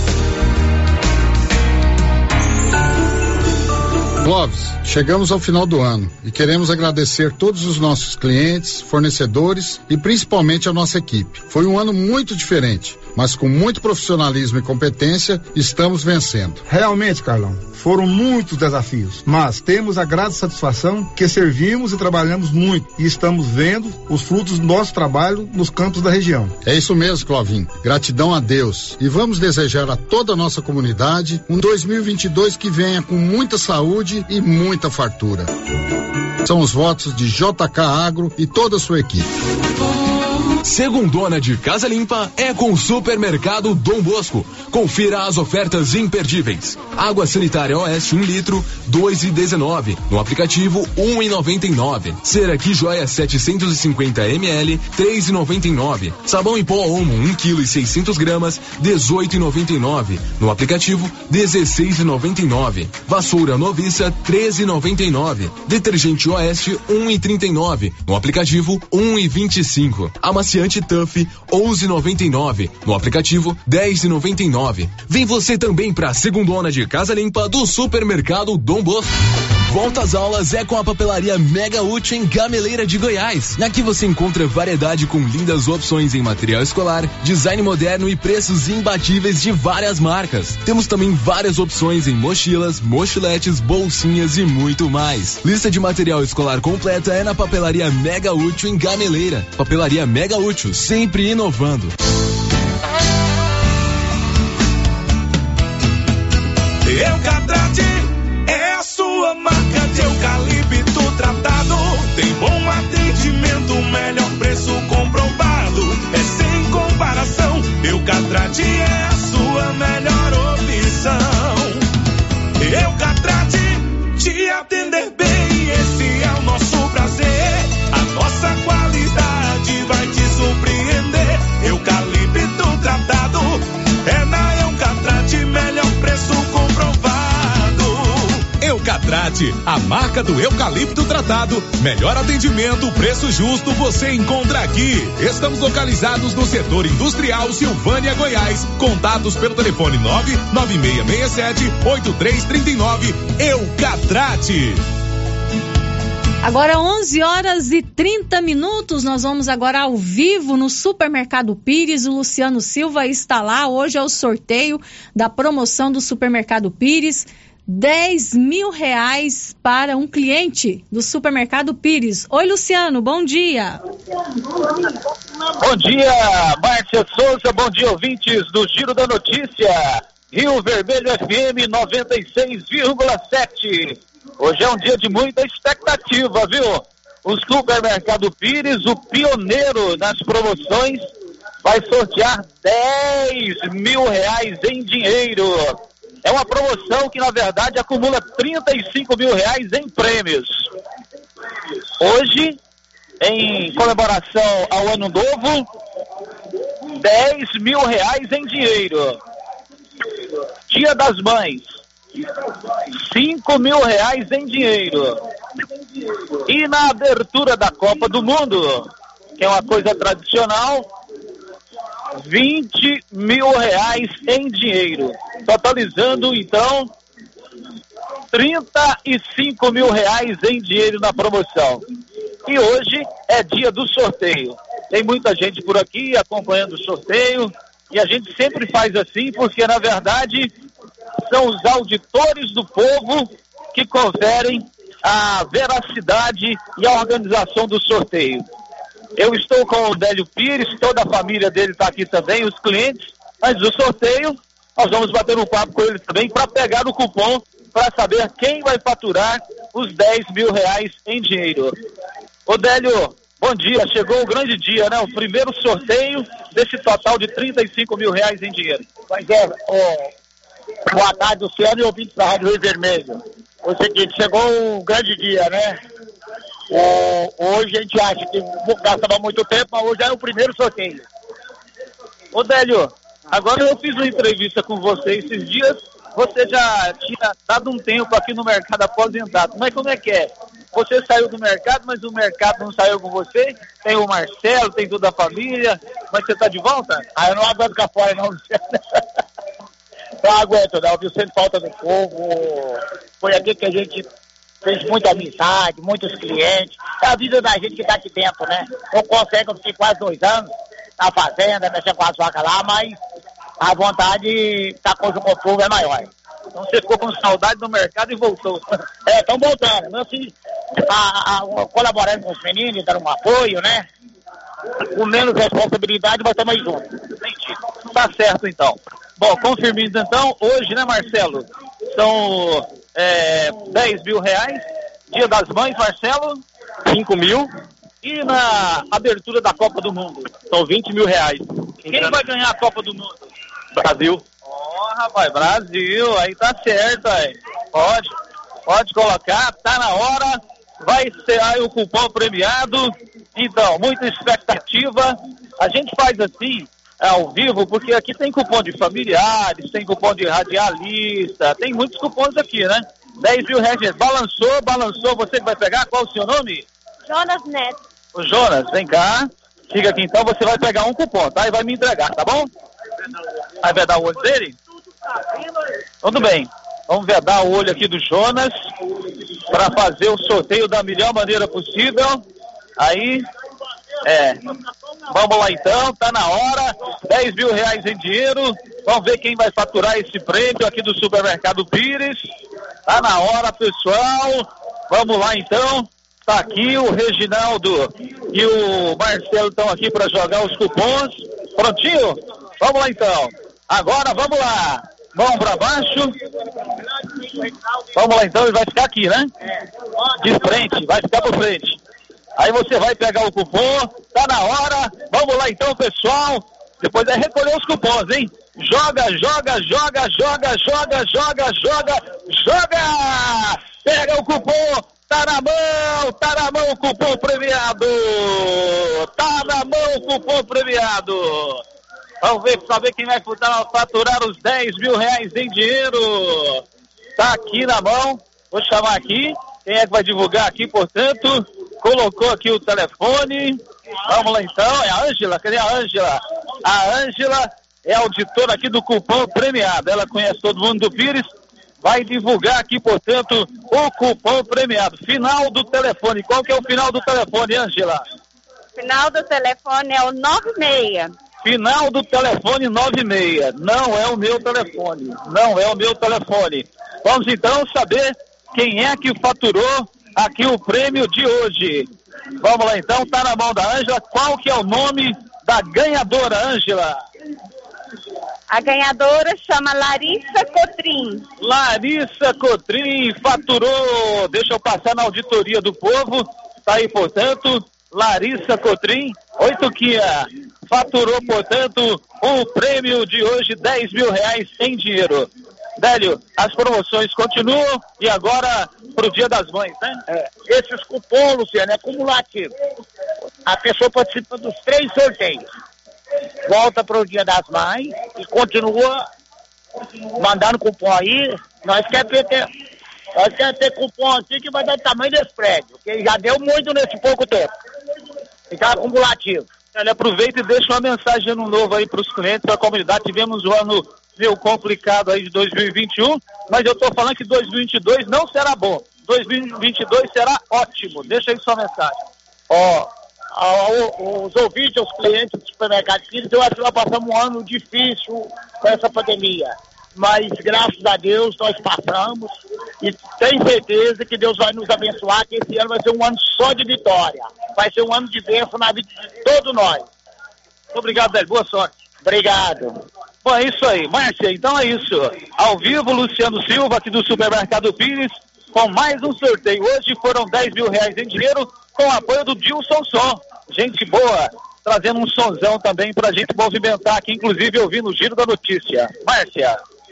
Clóvis, chegamos ao final do ano e queremos agradecer todos os nossos clientes, fornecedores e principalmente a nossa equipe. Foi um ano muito diferente, mas com muito profissionalismo e competência estamos vencendo. Realmente, Carlão, foram muitos desafios, mas temos a grata satisfação que servimos e trabalhamos muito e estamos vendo os frutos do nosso trabalho nos campos da região. É isso mesmo, Clovinho. Gratidão a Deus e vamos desejar a toda a nossa comunidade um 2022 que venha com muita saúde e muita fartura. São os votos de JK Agro e toda a sua equipe. Segundona de Casa Limpa é com o Supermercado Dom Bosco. Confira as ofertas imperdíveis. Água sanitária Oeste 1 litro, 2,19. No aplicativo 1,99. Cera Que Joia 750 ml, 3,99. Sabão em pó Omo 1 kg e 600 gramas, 18,99. No aplicativo 16,99. Vassoura Noviça 13,99. Detergente Oeste 1,39. No aplicativo 1,25. Amaciante Tuff 11,99. No aplicativo 10,99. Vem você também pra Segundona de Casa Limpa do Supermercado Dom Bosco. Volta às aulas é com a papelaria Mega Útil em Gameleira de Goiás. Aqui você encontra variedade com lindas opções em material escolar, design moderno e preços imbatíveis de várias marcas. Temos também várias opções em mochilas, mochiletes, bolsinhas e muito mais. Lista de material escolar completa é na papelaria Mega Útil em Gameleira. Papelaria Mega Útil, sempre inovando. Eucatrate é a sua marca de eucalipto tratado. Tem bom atendimento, melhor preço comprovado. É sem comparação. Eucatrate é a sua melhor opção. Eucatrate, te atender bem, esse é o nosso prazer. A nossa qualidade vai te surpreender. Eucalipto tratado é na Eucatrate, melhor preço comprovado. Eucatrate, a marca do eucalipto tratado. Melhor atendimento, preço justo, você encontra aqui. Estamos localizados no setor industrial Silvânia, Goiás. Contatos pelo telefone 99667-8339. Eucatrate. Agora 11h30, nós vamos agora ao vivo no Supermercado Pires. O Luciano Silva está lá. Hoje é o sorteio da promoção do Supermercado Pires. R$10.000 para um cliente do Supermercado Pires. Oi, Luciano, bom dia. Bom dia, Márcia Souza, bom dia, ouvintes do Giro da Notícia. Rio Vermelho FM 96,7. Hoje é um dia de muita expectativa, viu? O Supermercado Pires, o pioneiro nas promoções, vai sortear R$10.000 em dinheiro. É uma promoção que, na verdade, acumula R$35.000 em prêmios. Hoje, em comemoração ao Ano Novo, R$10.000 em dinheiro. Dia das Mães, R$5.000 em dinheiro. E na abertura da Copa do Mundo, que é uma coisa tradicional, R$20.000 em dinheiro, totalizando então R$35.000 em dinheiro na promoção. E hoje é dia do sorteio. Tem muita gente por aqui acompanhando o sorteio e a gente sempre faz assim porque na verdade são os auditores do povo que conferem a veracidade e a organização do sorteio. Eu estou com o Délio Pires, toda a família dele está aqui também, os clientes. Antes do sorteio, nós vamos bater um papo com ele também para pegar o cupom para saber quem vai faturar os R$10.000 em dinheiro. Ô Délio, bom dia, chegou o grande dia, né? O primeiro sorteio desse total de R$35.000 em dinheiro. Pois é, boa tarde, Luciano e ouvintes da Rádio Rio Vermelho. O seguinte, chegou um grande dia, né? Hoje a gente acha que gastava muito tempo, mas hoje é o primeiro sorteio. Ô Délio, agora eu fiz uma entrevista com você esses dias, você já tinha dado um tempo aqui no mercado aposentado, mas como é que é? Você saiu do mercado, mas o mercado não saiu com você? Tem o Marcelo, tem toda a família, mas você tá de volta? Eu não aguento ficar fora não, Luciano. Não aguento não, viu? Sendo falta do povo, foi aqui que a gente fez muita amizade, muitos clientes. É a vida da gente que tá aqui dentro, né? Não consegue, eu fiquei quase 2 anos na fazenda, mexendo com as vacas lá, mas a vontade de estar com o povo é maior. Então você ficou com saudade do mercado e voltou. Estão voltando. Assim, colaborando com os meninos, dando um apoio, né? Com menos responsabilidade, mas estamos aí juntos. Tá certo, então. Bom, confirmando então, hoje, né, Marcelo? São R$10.000. Dia das Mães, Marcelo? 5.000. E na abertura da Copa do Mundo? São 20 mil reais. Quem vai ganhar a Copa do Mundo? Brasil. Rapaz, Brasil, aí tá certo, aí. Pode colocar, tá na hora, vai ser aí o cupom premiado. Então, muita expectativa. A gente faz assim, ao vivo, porque aqui tem cupom de familiares, tem cupom de radialista, tem muitos cupons aqui, né? 10 mil reais, gente. Balançou, você que vai pegar, qual o seu nome? Jonas Neto. O Jonas, vem cá. Fica aqui então, você vai pegar um cupom, tá? E vai me entregar, tá bom? Vai vedar o olho dele? Tudo bem. Vamos vedar o olho aqui do Jonas para fazer o sorteio da melhor maneira possível. Aí, vamos lá então, tá na hora. 10 mil reais em dinheiro. Vamos ver quem vai faturar esse prêmio aqui do Supermercado Pires. Tá na hora, pessoal. Vamos lá então. Tá aqui o Reginaldo e o Marcelo estão aqui para jogar os cupons. Prontinho? Vamos lá então. Agora vamos lá. Mão para baixo. Vamos lá então, ele vai ficar aqui, né? De frente, vai ficar por frente. Aí você vai pegar o cupom, tá na hora. Vamos lá então, pessoal. Depois é recolher os cupons, hein? Joga. Pega o cupom. Tá na mão o cupom premiado. Vamos ver, pra ver quem vai faturar os 10 mil reais em dinheiro. Tá aqui na mão. Vou chamar aqui. Quem é que vai divulgar aqui, portanto? Colocou aqui o telefone. Vamos lá então. É a Ângela. Cadê a Ângela? A Ângela é auditora aqui do cupom premiado. Ela conhece todo mundo do Pires. Vai divulgar aqui, portanto, o cupom premiado. Final do telefone. Qual que é o final do telefone, Ângela? Final do telefone é o 96. Final do telefone 96. Não é o meu telefone. Vamos então saber quem é que faturou aqui o prêmio de hoje. Vamos lá então, tá na mão da Ângela. Qual que é o nome da ganhadora, Ângela? A ganhadora chama Larissa Cotrim. Larissa Cotrim faturou, deixa eu passar na auditoria do povo, tá aí, portanto, Larissa Cotrim, 8 Kia, faturou, portanto, o prêmio de hoje, 10 mil reais em dinheiro. Délio, as promoções continuam e agora pro Dia das Mães, né? Esses cupons, Luciano, é cumulativo. A pessoa participa dos 3 sorteios. Volta para o Dia das Mães e continua mandando cupom aí. Nós queremos ter cupom aqui que vai dar o tamanho desse prédio, porque já deu muito nesse pouco tempo. Fica acumulativo. Ele aproveita e deixa uma mensagem de ano novo aí para os clientes, para a comunidade. Tivemos um ano meio complicado aí de 2021, mas eu estou falando que 2022 não será bom. 2022 será ótimo. Deixa aí sua mensagem. Os ouvintes, os clientes do supermercado Pires, eu acho que nós passamos um ano difícil com essa pandemia, mas graças a Deus nós passamos e tenho certeza que Deus vai nos abençoar, que esse ano vai ser um ano só de vitória, vai ser um ano de bênção na vida de todos nós. Muito obrigado, Délio, boa sorte. Obrigado. Bom, é isso aí, Márcia, então é isso, ao vivo, Luciano Silva aqui do Supermercado Pires, com mais um sorteio. Hoje foram 10 mil reais em dinheiro, com o apoio do Dilson Som. Gente boa, trazendo um sonzão também pra gente movimentar aqui, inclusive ouvindo o Giro da Notícia. Márcia.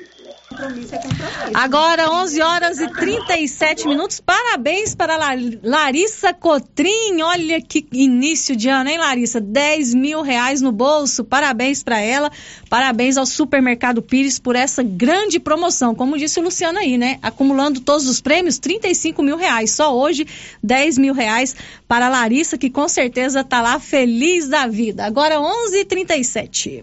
Agora 11h37. Parabéns para Larissa Cotrim. Olha que início de ano, hein, Larissa? 10 mil reais no bolso. Parabéns para ela. Parabéns ao Supermercado Pires por essa grande promoção. Como disse o Luciano aí, né? Acumulando todos os prêmios, 35 mil reais. Só hoje, 10 mil reais para a Larissa, que com certeza tá lá feliz da vida. Agora 11h37.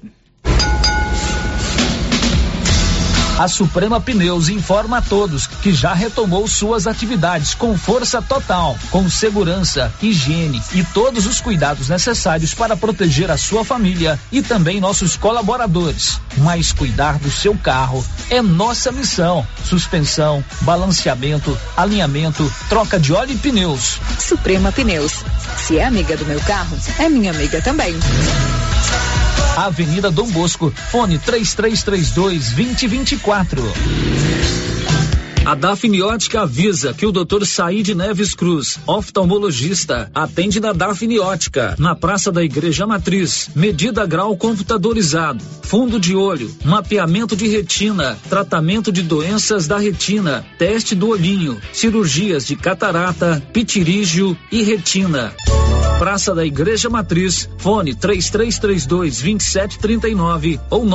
A Suprema Pneus informa a todos que já retomou suas atividades com força total, com segurança, higiene e todos os cuidados necessários para proteger a sua família e também nossos colaboradores. Mas cuidar do seu carro é nossa missão. Suspensão, balanceamento, alinhamento, troca de óleo e pneus. Suprema Pneus. Se é amiga do meu carro, é minha amiga também. Avenida Dom Bosco, fone 3332-2024. A Dafniótica avisa que o Dr. Saíde Neves Cruz, oftalmologista, atende na Dafniótica, na Praça da Igreja Matriz. Medida grau computadorizado, fundo de olho, mapeamento de retina, tratamento de doenças da retina, teste do olhinho, cirurgias de catarata, pitirígio e retina. Praça da Igreja Matriz, fone 3332-2739 ou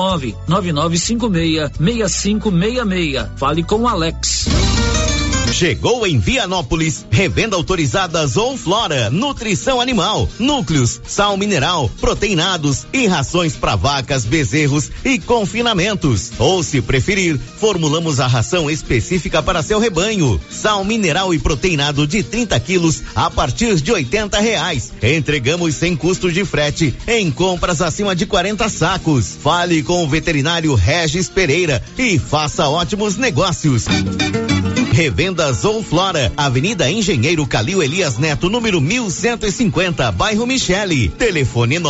99956-6566. Fale com o Alex. Chegou em Vianópolis, revenda autorizada Zooflora, nutrição animal, núcleos, sal mineral, proteinados e rações para vacas, bezerros e confinamentos. Ou se preferir, formulamos a ração específica para seu rebanho. Sal mineral e proteinado de 30 quilos a partir de R$80. Entregamos sem custo de frete em compras acima de 40 sacos. Fale com o veterinário Regis Pereira e faça ótimos negócios. Revenda Zooflora, Avenida Engenheiro Calil Elias Neto, número 1150, bairro Michele. Telefone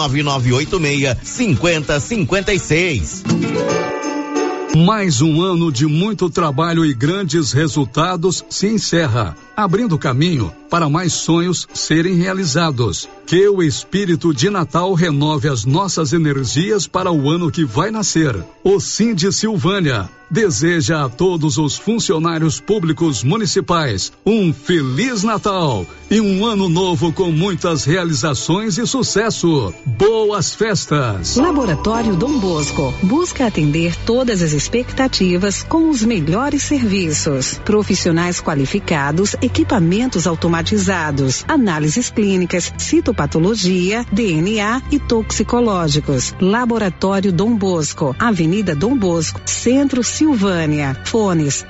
99986-5056. Mais um ano de muito trabalho e grandes resultados se encerra, abrindo caminho para mais sonhos serem realizados. Que o espírito de Natal renove as nossas energias para o ano que vai nascer. O Sindi Silvânia deseja a todos os funcionários públicos municipais um Feliz Natal e um ano novo com muitas realizações e sucesso. Boas festas! Laboratório Dom Bosco busca atender todas as expectativas com os melhores serviços. Profissionais qualificados, equipamentos automatizados, análises clínicas, citopatologia, DNA e toxicológicos. Laboratório Dom Bosco, Avenida Dom Bosco, Centro Silvânia. Fones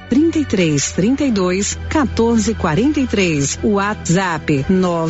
3332-1443. WhatsApp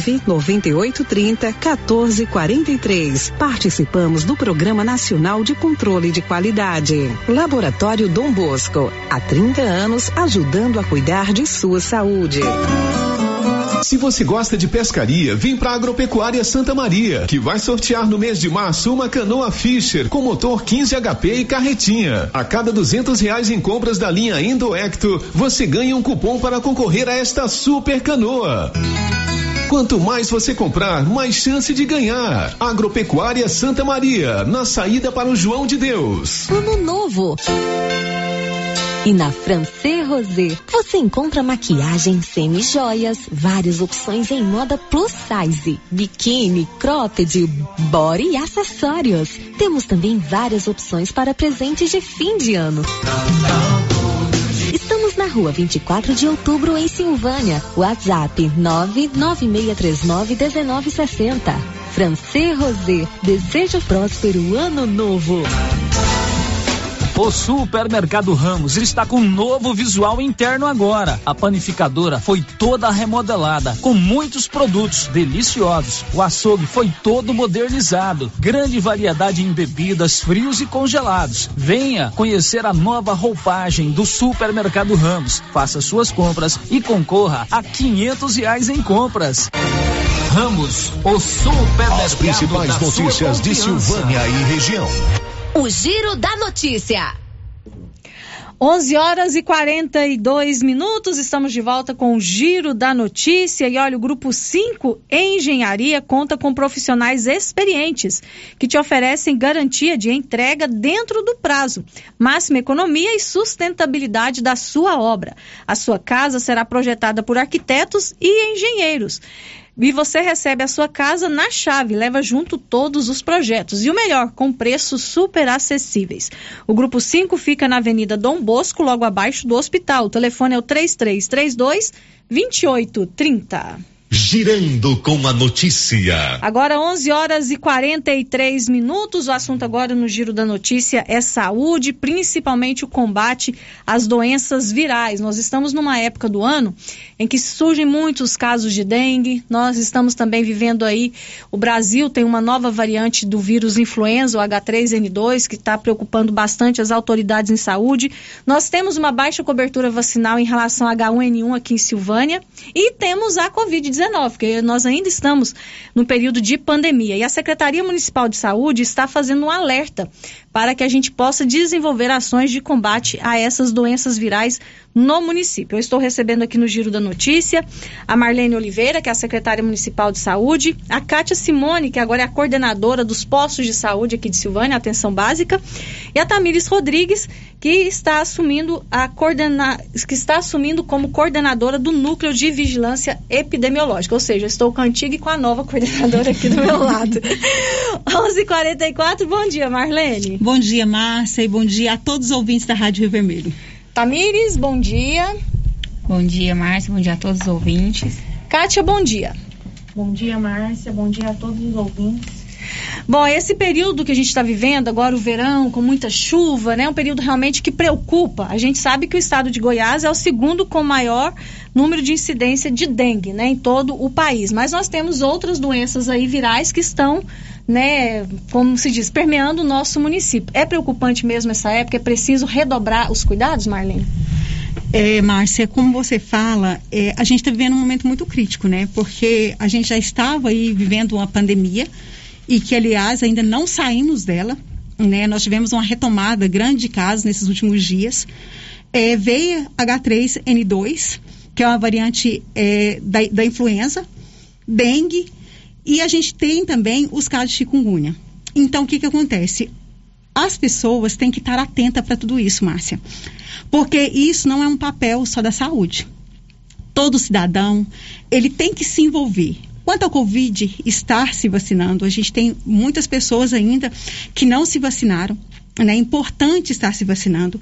99830-1443. Participamos do Programa Nacional de Controle de Qualidade. Laboratório Dom Bosco, há 30 anos ajudando a cuidar de sua saúde. Se você gosta de pescaria, vem pra Agropecuária Santa Maria, que vai sortear no mês de março uma canoa Fisher com motor 15 HP e carretinha. A cada R$200 em compras da linha Endoecto, você ganha um cupom para concorrer a esta super canoa. Quanto mais você comprar, mais chance de ganhar. Agropecuária Santa Maria, na saída para o João de Deus. Ano novo. E na Francê Rosé, você encontra maquiagem, semi-joias, várias opções em moda plus size, biquíni, cropped, body e acessórios. Temos também várias opções para presentes de fim de ano. Estamos na rua 24 de outubro, em Silvânia. WhatsApp 996391960. Francê Rosé, desejo próspero ano novo. O Supermercado Ramos está com um novo visual interno agora. A panificadora foi toda remodelada, com muitos produtos deliciosos. O açougue foi todo modernizado. Grande variedade em bebidas, frios e congelados. Venha conhecer a nova roupagem do Supermercado Ramos. Faça suas compras e concorra a R$500 em compras. Ramos, o supermercado. As principais notícias de Silvânia e região. O Giro da Notícia. 11h42, estamos de volta com o Giro da Notícia. E olha, o Grupo 5 Engenharia conta com profissionais experientes que te oferecem garantia de entrega dentro do prazo, máxima economia e sustentabilidade da sua obra. A sua casa será projetada por arquitetos e engenheiros. E você recebe a sua casa na chave, leva junto todos os projetos. E o melhor, com preços super acessíveis. O Grupo 5 fica na Avenida Dom Bosco, logo abaixo do hospital. O telefone é o 3332-2830. Girando com a notícia. Agora 11h43. O assunto agora no Giro da Notícia é saúde, principalmente o combate às doenças virais. Nós estamos numa época do ano em que surgem muitos casos de dengue. Nós estamos também vivendo aí, o Brasil tem uma nova variante do vírus influenza, o H3N2, que está preocupando bastante as autoridades em saúde. Nós temos uma baixa cobertura vacinal em relação ao H1N1 aqui em Silvânia e temos a Covid-19 Covid-19, porque nós ainda estamos no período de pandemia. E a Secretaria Municipal de Saúde está fazendo um alerta para que a gente possa desenvolver ações de combate a essas doenças virais no município. Eu estou recebendo aqui no Giro da Notícia a Marlene Oliveira, que é a secretária municipal de saúde, a Kátia Simone, que agora é a coordenadora dos postos de saúde aqui de Silvânia, atenção básica, e a Tamires Rodrigues, que está assumindo como coordenadora do Núcleo de Vigilância Epidemiológica, ou seja, eu estou com a antiga e com a nova coordenadora aqui do meu lado. 11h44, bom dia, Marlene. Bom dia, Márcia, e bom dia a todos os ouvintes da Rádio Rio Vermelho. Tamires, bom dia. Bom dia, Márcia, bom dia a todos os ouvintes. Kátia, bom dia. Bom dia, Márcia, bom dia a todos os ouvintes. Bom, esse período que a gente está vivendo, agora o verão, com muita chuva, né? É um período realmente que preocupa. A gente sabe que o estado de Goiás é o segundo com maior número de incidência de dengue, né? Em todo o país. Mas nós temos outras doenças aí virais que estão, né? Como se diz, permeando o nosso município. É preocupante mesmo essa época? É preciso redobrar os cuidados, Marlene? Márcia, como você fala, a gente está vivendo um momento muito crítico, né? Porque a gente já estava aí vivendo uma pandemia e que, aliás, ainda não saímos dela, né? Nós tivemos uma retomada grande de casos nesses últimos dias. Veio H3N2, que é uma variante da influenza, dengue, e a gente tem também os casos de chikungunya. Então, o que acontece? As pessoas têm que estar atentas para tudo isso, Márcia, porque isso não é um papel só da saúde. Todo cidadão, ele tem que se envolver. Quanto ao Covid, estar se vacinando, a gente tem muitas pessoas ainda que não se vacinaram, né? É importante estar se vacinando.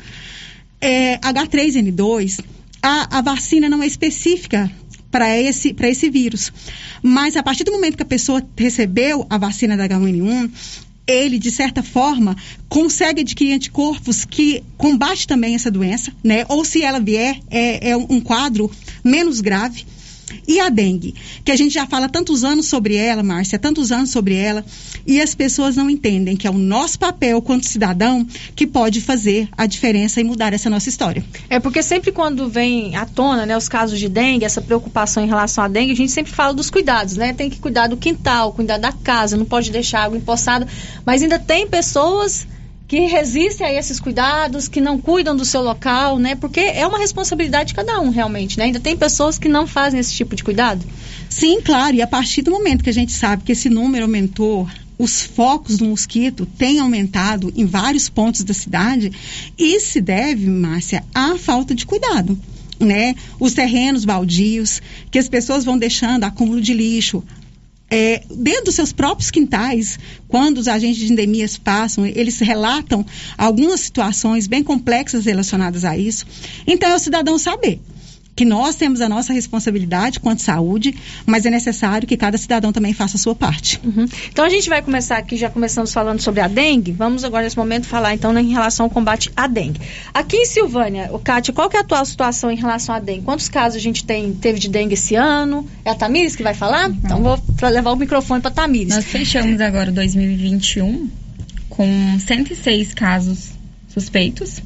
H3N2, a vacina não é específica para esse vírus, mas a partir do momento que a pessoa recebeu a vacina da H1N1, ele, de certa forma, consegue adquirir anticorpos que combate também essa doença, né? Ou se ela vier, é um quadro menos grave. E a dengue, que a gente já fala tantos anos sobre ela, Márcia, tantos anos sobre ela, e as pessoas não entendem que é o nosso papel, quanto cidadão, que pode fazer a diferença e mudar essa nossa história. Porque sempre quando vem à tona, né, os casos de dengue, essa preocupação em relação à dengue, a gente sempre fala dos cuidados, né? Tem que cuidar do quintal, cuidar da casa, não pode deixar água empoçada, mas ainda tem pessoas que resistem a esses cuidados, que não cuidam do seu local, né? Porque é uma responsabilidade de cada um, realmente, né? Ainda tem pessoas que não fazem esse tipo de cuidado? Sim, claro, e a partir do momento que a gente sabe que esse número aumentou, os focos do mosquito têm aumentado em vários pontos da cidade, isso se deve, Márcia, à falta de cuidado, né? Os terrenos baldios, que as pessoas vão deixando acúmulo de lixo, dentro dos seus próprios quintais. Quando os agentes de endemias passam, eles relatam algumas situações bem complexas relacionadas a isso. Então, é o cidadão saber que nós temos a nossa responsabilidade quanto à saúde, mas é necessário que cada cidadão também faça a sua parte. Então, a gente vai começar aqui, já começamos falando sobre a dengue. Vamos agora, nesse momento, falar, então, em relação ao combate à dengue. Aqui em Silvânia, Kátia, qual que é a atual situação em relação à dengue? Quantos casos a gente teve de dengue esse ano? É a Tamires que vai falar? Então, vou levar o microfone para a Tamires. Nós fechamos agora 2021 com 106 casos suspeitos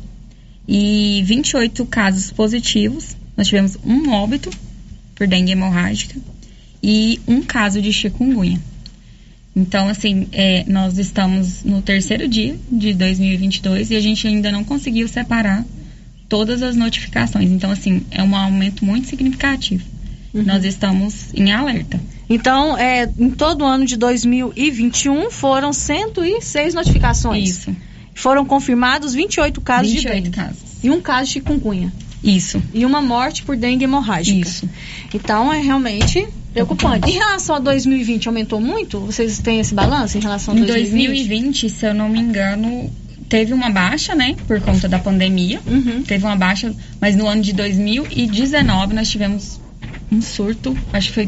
e 28 casos positivos. Nós tivemos um óbito por dengue hemorrágica e um caso de chikungunya. Então, assim, nós estamos no terceiro dia de 2022 e a gente ainda não conseguiu separar todas as notificações. Então, assim, é um aumento muito significativo. Nós estamos em alerta. Então, em todo o ano de 2021 foram 106 notificações. Isso. Foram confirmados 28 casos de dengue. 28 casos. E um caso de chikungunya. Isso. E uma morte por dengue hemorrágica. Isso. Então, é realmente preocupante. Em relação a 2020, aumentou muito? Vocês têm esse balanço em relação a 2020? Em 2020, se eu não me engano, teve uma baixa, né? Por conta da pandemia. Teve uma baixa, mas no ano de 2019 nós tivemos um surto, acho que foi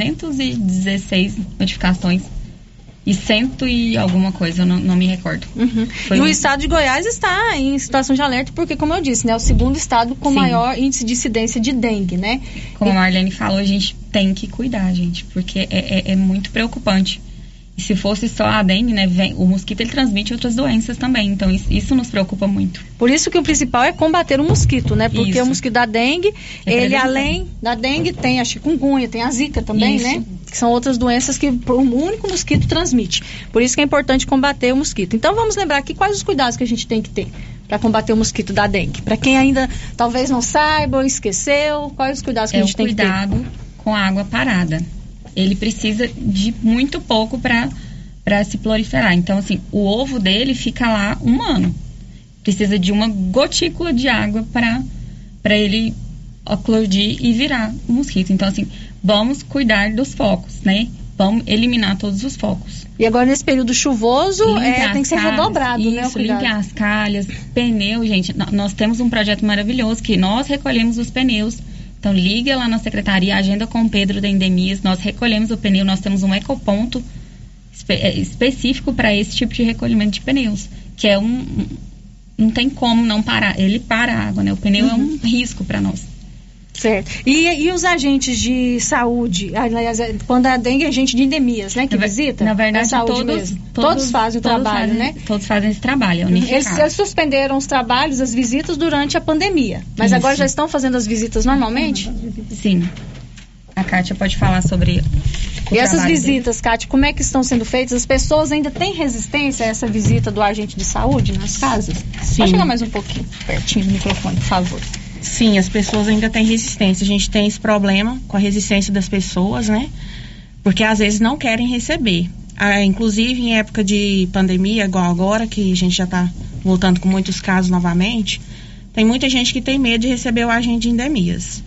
316 notificações. E 100 e alguma coisa, eu não me recordo. E o estado de Goiás está em situação de alerta, porque, como eu disse, né, é o segundo estado com maior índice de incidência de dengue, né? Como a Marlene falou, a gente tem que cuidar, gente, porque é muito preocupante. E se fosse só a dengue, né, o mosquito ele transmite outras doenças também, então isso nos preocupa muito. Por isso que o principal é combater o mosquito, né? Porque isso. O mosquito da dengue, ele além da dengue tem a chikungunya, tem a zika também, isso. né? Que são outras doenças que o único mosquito transmite. Por isso que é importante combater o mosquito. Então vamos lembrar aqui quais os cuidados que a gente tem que ter para combater o mosquito da dengue. Para quem ainda talvez não saiba ou esqueceu, quais os cuidados que a gente tem que ter? Cuidado com a água parada. Ele precisa de muito pouco para se proliferar. Então, assim, o ovo dele fica lá 1 ano. Precisa de uma gotícula de água para ele eclodir e virar um mosquito. Então, assim, vamos cuidar dos focos, né? Vamos eliminar todos os focos. E agora, nesse período chuvoso, tem que ser redobrado, né? Isso, limpar as calhas, pneu, gente. Nós temos um projeto maravilhoso que nós recolhemos os pneus. Então, liga lá na secretaria, agenda com o Pedro da Endemias, nós recolhemos o pneu, nós temos um ecoponto específico para esse tipo de recolhimento de pneus, que é não tem como não parar, ele para a água, né? O pneu é um risco para nós. Certo. E os agentes de saúde, aliás, quando a dengue é agente de endemias, né, que visita? Na verdade, todos fazem o trabalho, né? Todos fazem esse trabalho, Eles suspenderam os trabalhos, as visitas durante a pandemia, mas isso. Agora já estão fazendo as visitas normalmente? Sim. A Kátia pode falar sobre e essas visitas, Kátia, como é que estão sendo feitas? As pessoas ainda têm resistência a essa visita do agente de saúde nas casas? Sim. Pode chegar mais um pouquinho pertinho do microfone, por favor. Sim, as pessoas ainda têm resistência. A gente tem esse problema com a resistência das pessoas, né? Porque às vezes não querem receber. Inclusive em época de pandemia, igual agora, que a gente já está voltando com muitos casos novamente, tem muita gente que tem medo de receber o agente de endemias.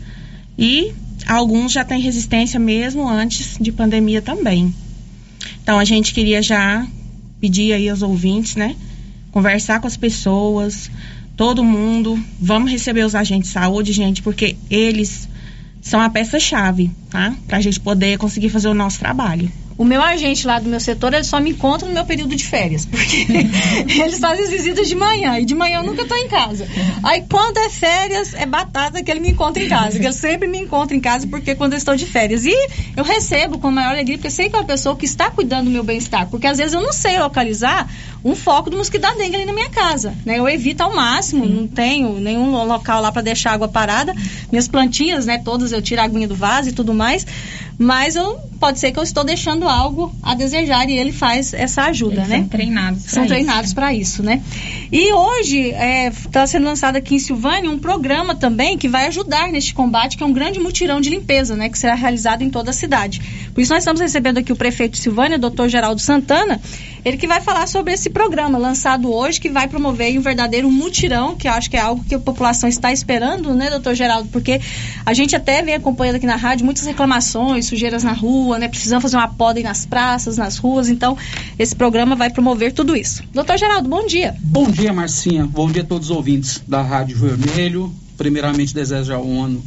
E alguns já têm resistência mesmo antes de pandemia também. Então a gente queria já pedir aí aos ouvintes, né? Conversar com as pessoas, todo mundo, vamos receber os agentes de saúde, gente, porque eles são a peça-chave, tá? Pra gente poder conseguir fazer o nosso trabalho. O meu agente lá do meu setor, ele só me encontra no meu período de férias, porque eles fazem as visitas de manhã, e de manhã eu nunca estou em casa. Aí quando é férias, é batata que ele me encontra em casa, que ele sempre me encontra em casa, porque quando eu estou de férias. E eu recebo com a maior alegria, porque eu sei que é uma pessoa que está cuidando do meu bem-estar, porque às vezes eu não sei localizar um foco do mosquito da dengue ali na minha casa, né? Eu evito ao máximo, não tenho nenhum local lá para deixar água parada, minhas plantinhas, né, todas eu tiro a aguinha do vaso e tudo mais, mas pode ser que eu estou deixando algo a desejar e ele faz essa ajuda, eles né? São treinados para isso, né? E hoje está sendo lançado aqui em Silvânia um programa também que vai ajudar neste combate, que é um grande mutirão de limpeza, né? Que será realizado em toda a cidade. Por isso nós estamos recebendo aqui o prefeito de Silvânia, Dr. Geraldo Santana, ele que vai falar sobre esse programa lançado hoje, que vai promover um verdadeiro mutirão, que eu acho que é algo que a população está esperando, né, doutor Geraldo? Porque a gente até vem acompanhando aqui na rádio muitas reclamações, sujeiras na rua, né? Precisamos fazer uma poda aí nas praças, nas ruas, então esse programa vai promover tudo isso. Doutor Geraldo, bom dia. Bom dia, Marcinha. Bom dia a todos os ouvintes da Rádio Vermelho. Primeiramente, desejo um ano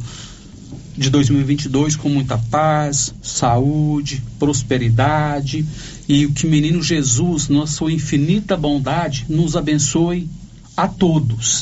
de 2022 com muita paz, saúde, prosperidade e que o menino Jesus, na sua infinita bondade, nos abençoe a todos.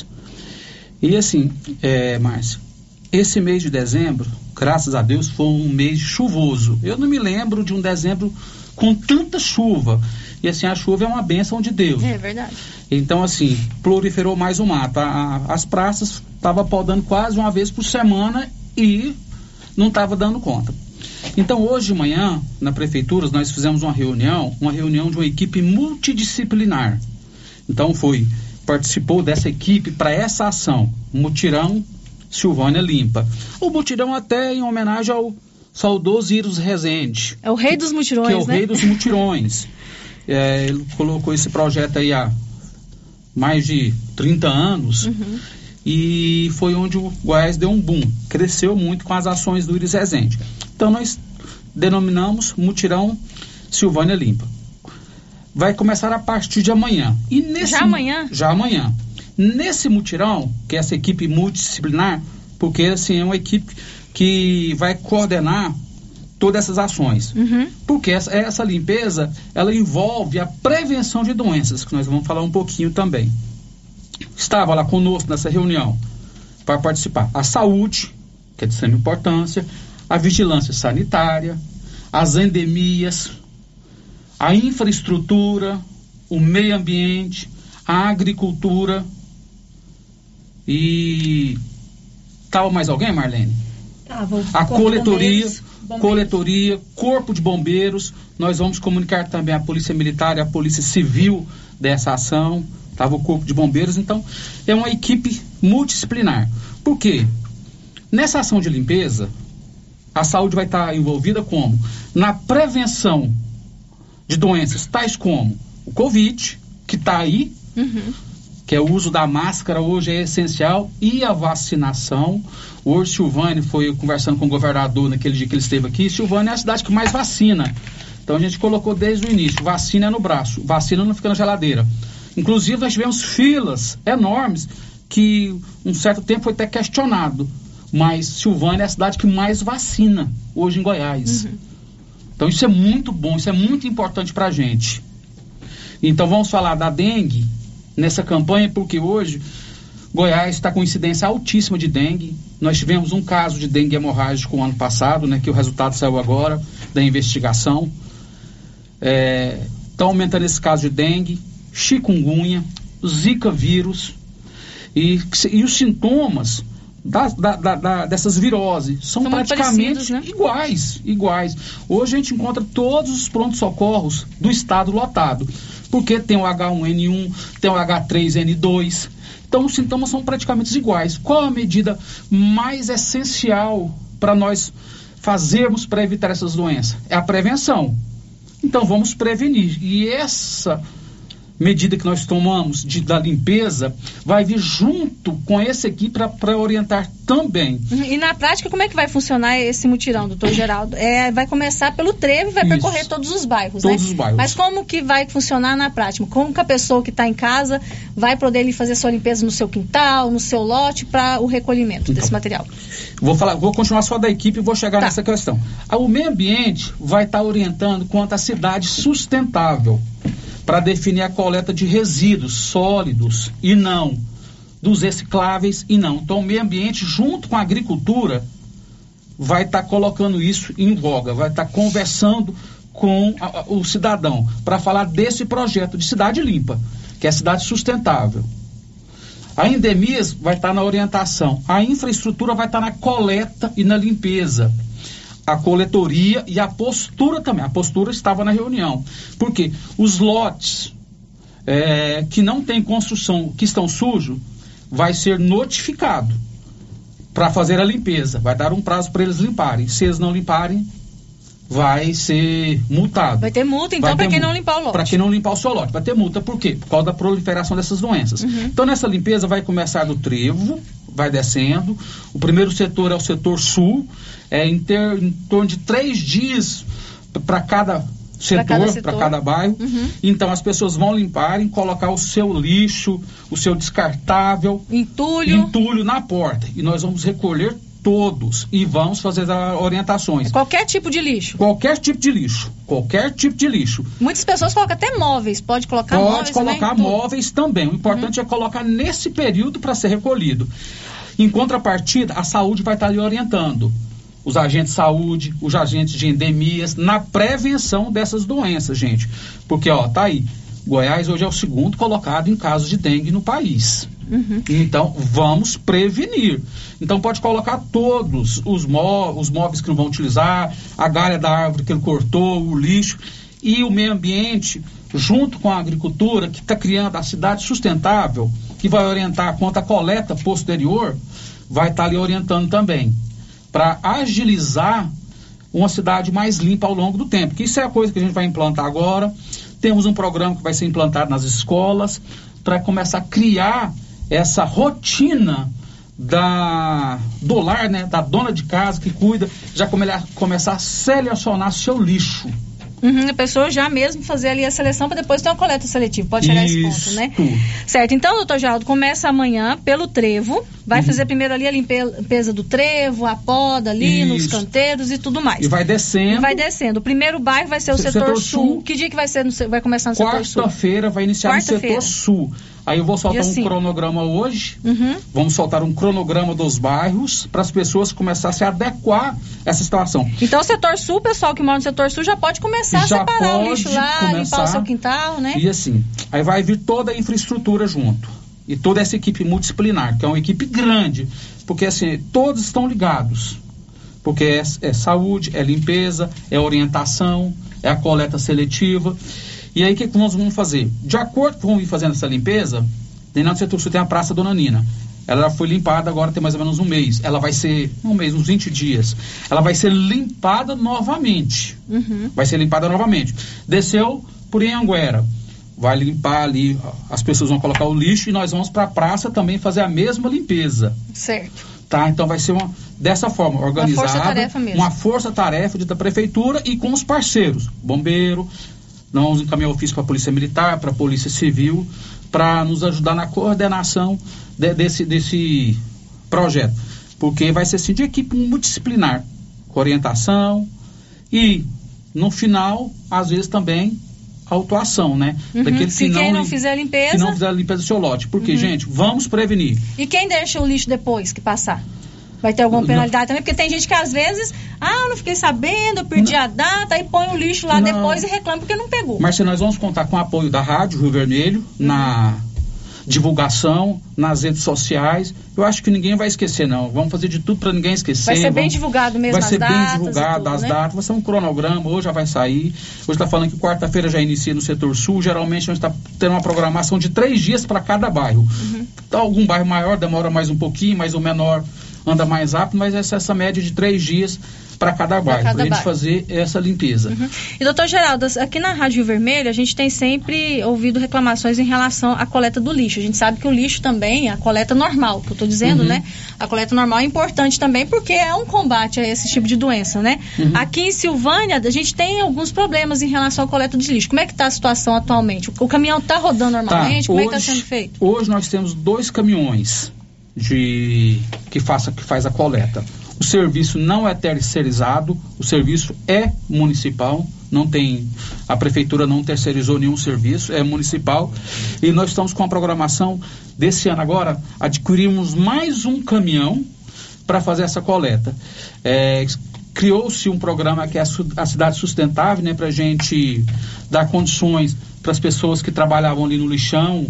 E assim, Márcia, esse mês de dezembro, graças a Deus, foi um mês chuvoso. Eu não me lembro de um dezembro com tanta chuva. E assim, a chuva é uma bênção de Deus. É verdade. Então, assim, proliferou mais o mato. As praças estavam podando quase uma vez por semana e não estava dando conta. Então, hoje de manhã, na prefeitura, nós fizemos uma reunião de uma equipe multidisciplinar. Então, participou dessa equipe para essa ação, Mutirão Silvânia Limpa. O mutirão até em homenagem ao saudoso Iros Rezende. É o rei dos mutirões, que é o né? rei dos mutirões. Ele colocou esse projeto aí há mais de 30 anos. Uhum. E foi onde o Goiás deu um boom. Cresceu muito com as ações do Iris Rezende. Então nós denominamos Mutirão Silvânia Limpa. Vai começar a partir de amanhã. Já amanhã? Já amanhã. Nesse mutirão, que é essa equipe multidisciplinar, porque assim, é uma equipe que vai coordenar todas essas ações. Uhum. Porque essa limpeza, ela envolve a prevenção de doenças, que nós vamos falar um pouquinho também. Estava lá conosco nessa reunião para participar a saúde, que é de extrema importância, a vigilância sanitária, as endemias, a infraestrutura, o meio ambiente, a agricultura e... Tava mais alguém, Marlene? A coletoria, corpo de bombeiros. Nós vamos comunicar também a polícia militar e a polícia civil dessa ação. Estava o corpo de bombeiros. Então, é uma equipe multidisciplinar. Por quê? Nessa ação de limpeza, a saúde vai estar envolvida como? Na prevenção de doenças tais como o Covid, que está aí, que é o uso da máscara hoje é essencial, e a vacinação. Hoje Silvânia foi conversando com o governador naquele dia que ele esteve aqui. Silvânia é a cidade que mais vacina. Então a gente colocou desde o início, vacina é no braço, vacina não fica na geladeira. Inclusive nós tivemos filas enormes que um certo tempo foi até questionado, mas Silvânia é a cidade que mais vacina hoje em Goiás. Então isso é muito bom, isso é muito importante pra gente. Então vamos falar da dengue nessa campanha, porque hoje Goiás está com incidência altíssima de dengue. Nós tivemos um caso de dengue hemorrágico ano passado, né, que o resultado saiu agora da investigação. Está aumentando esse caso de dengue, chikungunya, zika vírus e os sintomas dessas viroses são praticamente né? iguais. Hoje a gente encontra todos os prontos-socorros do estado lotado, porque tem o H1N1, tem o H3N2, então os sintomas são praticamente iguais. Qual a medida mais essencial para nós fazermos para evitar essas doenças? É a prevenção. Então vamos prevenir, e essa medida que nós tomamos da limpeza vai vir junto com essa equipe para orientar também. E na prática, como é que vai funcionar esse mutirão, doutor Geraldo? Vai começar pelo trevo e vai percorrer todos os bairros, todos os bairros. Mas como que vai funcionar na prática? Como que a pessoa que está em casa vai poder ali fazer sua limpeza no seu quintal, no seu lote, para o recolhimento desse material? Vou continuar só da equipe e vou chegar nessa questão. O meio ambiente vai estar orientando quanto à cidade sustentável, para definir a coleta de resíduos sólidos e não, dos recicláveis e não. Então o meio ambiente junto com a agricultura vai estar colocando isso em voga, vai estar conversando com o cidadão para falar desse projeto de cidade limpa, que é a cidade sustentável. A Endemias vai estar na orientação, a infraestrutura vai estar na coleta e na limpeza, a coletoria e a postura também. A postura estava na reunião. Porque os lotes que não tem construção, que estão sujos, vai ser notificado para fazer a limpeza. Vai dar um prazo para eles limparem. Se eles não limparem, vai ser multado. Vai ter multa, então, para quem não limpar o lote. Para quem não limpar o seu lote. Vai ter multa. Por quê? Por causa da proliferação dessas doenças. Então, nessa limpeza vai começar do trevo, vai descendo. O primeiro setor é o setor sul, em torno de 3 dias para cada setor, para cada bairro. Então as pessoas vão limparem, colocar o seu lixo, o seu descartável, entulho na porta. E nós vamos recolher todos e vamos fazer as orientações. Qualquer tipo de lixo? Qualquer tipo de lixo. Muitas pessoas colocam até móveis, pode colocar móveis também? Pode colocar móveis também. O importante é colocar nesse período para ser recolhido. Em contrapartida, a saúde vai estar ali orientando os agentes de saúde, os agentes de endemias, na prevenção dessas doenças, gente. Porque, tá aí, Goiás hoje é o segundo colocado em casos de dengue no país. Então, vamos prevenir. Então, pode colocar todos os móveis que não vão utilizar, a galha da árvore que ele cortou, o lixo, e o meio ambiente, junto com a agricultura, que está criando a cidade sustentável, que vai orientar quanto à coleta posterior, vai estar ali orientando também, para agilizar uma cidade mais limpa ao longo do tempo, que isso é a coisa que a gente vai implantar agora. Temos um programa que vai ser implantado nas escolas, para começar a criar essa rotina do lar, né, da dona de casa que cuida, já começar a selecionar seu lixo. A pessoa já mesmo fazer ali a seleção para depois ter uma coleta seletiva. Pode chegar a esse ponto, né? Certo. Então, doutor Geraldo, começa amanhã pelo trevo. Vai fazer primeiro ali a limpeza do trevo, a poda ali, nos canteiros e tudo mais. E vai descendo. O primeiro bairro vai ser o setor sul. Que dia que vai ser? Vai começar no setor sul? Quarta-feira vai iniciar no setor sul. Aí eu vou soltar um cronograma hoje, vamos soltar um cronograma dos bairros para as pessoas começarem a se adequar a essa situação. Então o setor sul, o pessoal que mora no setor sul já pode começar a separar o lixo lá, limpar o seu quintal, né? E assim, aí vai vir toda a infraestrutura junto. E toda essa equipe multidisciplinar, que é uma equipe grande, porque assim, todos estão ligados. Porque é saúde, é limpeza, é orientação, é a coleta seletiva. E aí o que nós vamos fazer? De acordo com vamos ir fazendo essa limpeza, dentro do setor sul tem a Praça Dona Nina. Ela foi limpada agora tem mais ou menos um mês. Ela vai ser, uns 20 dias. Ela vai ser limpada novamente. Vai ser limpada novamente. Desceu por Anhanguera. Vai limpar ali, as pessoas vão colocar o lixo e nós vamos para a praça também fazer a mesma limpeza. Certo. Tá? Então vai ser dessa forma, organizada. Uma força-tarefa mesmo. Uma força-tarefa da prefeitura e com os parceiros. Bombeiro, nós vamos encaminhar ofício para a Polícia Militar, para a Polícia Civil, para nos ajudar na coordenação desse projeto. Porque vai ser assim, de equipe multidisciplinar, com orientação e, no final, às vezes também, autuação, né? Daqueles quem não fizer a limpeza... Que não fizer a limpeza do seu lote. Porque, gente, vamos prevenir. E quem deixa o lixo depois que passar? Vai ter alguma penalidade também? Porque tem gente que às vezes, eu não fiquei sabendo, eu perdi a data, aí põe o lixo lá depois e reclama porque não pegou. Marcia, nós vamos contar com o apoio da Rádio Rio Vermelho, na divulgação, nas redes sociais. Eu acho que ninguém vai esquecer, não. Vamos fazer de tudo para ninguém esquecer. Vai ser bem divulgado mesmo as datas. Vai ser bem divulgado as datas. Vai ser um cronograma, hoje já vai sair. Hoje está falando que quarta-feira já inicia no setor sul. Geralmente a gente está tendo uma programação de 3 dias para cada bairro. Então, algum bairro maior demora mais um pouquinho, mas o menor anda mais rápido, mas essa média de 3 dias para cada bairro, para a gente fazer essa limpeza. E doutor Geraldo, aqui na Rádio Rio Vermelho, a gente tem sempre ouvido reclamações em relação à coleta do lixo. A gente sabe que o lixo também, a coleta normal, que eu estou dizendo, né? A coleta normal é importante também, porque é um combate a esse tipo de doença, né? Aqui em Silvânia, a gente tem alguns problemas em relação à coleta de lixo. Como é que está a situação atualmente? O caminhão está rodando normalmente? Como é que está sendo feito? Hoje nós temos 2 caminhões que faz a coleta. O serviço não é terceirizado, o serviço é municipal, a prefeitura não terceirizou nenhum serviço, é municipal, e nós estamos com a programação desse ano agora, adquirimos mais um caminhão para fazer essa coleta. Criou-se um programa que é a Cidade Sustentável, né, para a gente dar condições para as pessoas que trabalhavam ali no lixão,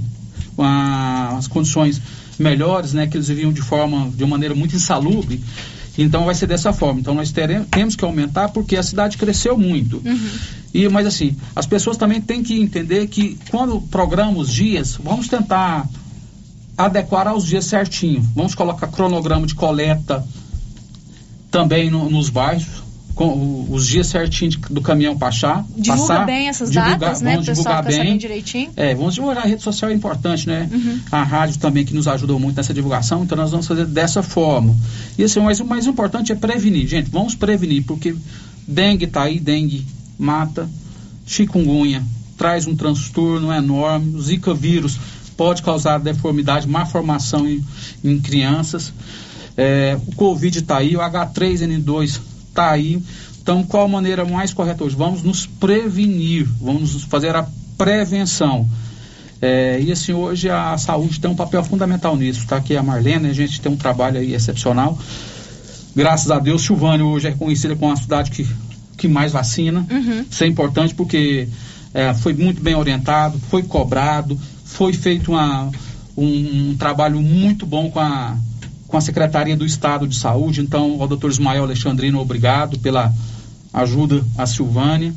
as condições melhores, né, que eles viviam de uma maneira muito insalubre. Então vai ser dessa forma. Então nós temos que aumentar porque a cidade cresceu muito. Mas assim, as pessoas também têm que entender que quando programa os dias, vamos tentar adequar aos dias certinho. Vamos colocar cronograma de coleta também nos bairros, com os dias certinhos do caminhão passar. Divulga bem essas datas, né? Vamos divulgar bem. Direitinho. Vamos divulgar. A rede social é importante, né? A rádio também que nos ajudou muito nessa divulgação, então nós vamos fazer dessa forma. E assim, mas o mais importante é prevenir, gente. Vamos prevenir, porque dengue tá aí, dengue mata, chikungunya traz um transtorno enorme, o Zika vírus pode causar deformidade, má formação em crianças. O Covid tá aí, o H3N2 tá aí. Então, qual a maneira mais correta hoje? Vamos nos prevenir, vamos fazer a prevenção. E assim, hoje a saúde tem um papel fundamental nisso. Está aqui a Marlene, a gente tem um trabalho aí excepcional. Graças a Deus, Silvânia hoje é reconhecida como a cidade que mais vacina. Isso é importante porque foi muito bem orientado, foi cobrado, foi feito um trabalho muito bom com a Secretaria do Estado de Saúde. Então, ao Dr. Ismael Alexandrino, obrigado pela ajuda à Silvânia.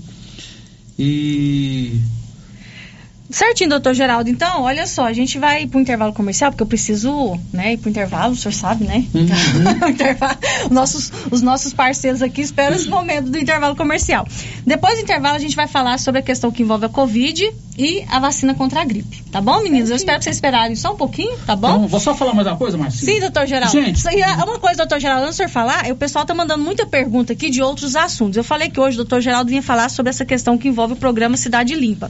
Certinho, doutor Geraldo. Então, olha só, a gente vai para o intervalo comercial, porque eu preciso, ir para o intervalo, o senhor sabe, né? Os nossos parceiros aqui esperam esse momento do intervalo comercial. Depois do intervalo, a gente vai falar sobre a questão que envolve a Covid e a vacina contra a gripe. Tá bom, meninos? Eu espero que vocês esperarem só um pouquinho, tá bom? Então, vou só falar mais uma coisa, Marcinho? Sim, doutor Geraldo. Gente, uma coisa, doutor Geraldo, antes do senhor falar, o pessoal tá mandando muita pergunta aqui de outros assuntos. Eu falei que hoje o doutor Geraldo vinha falar sobre essa questão que envolve o programa Cidade Limpa.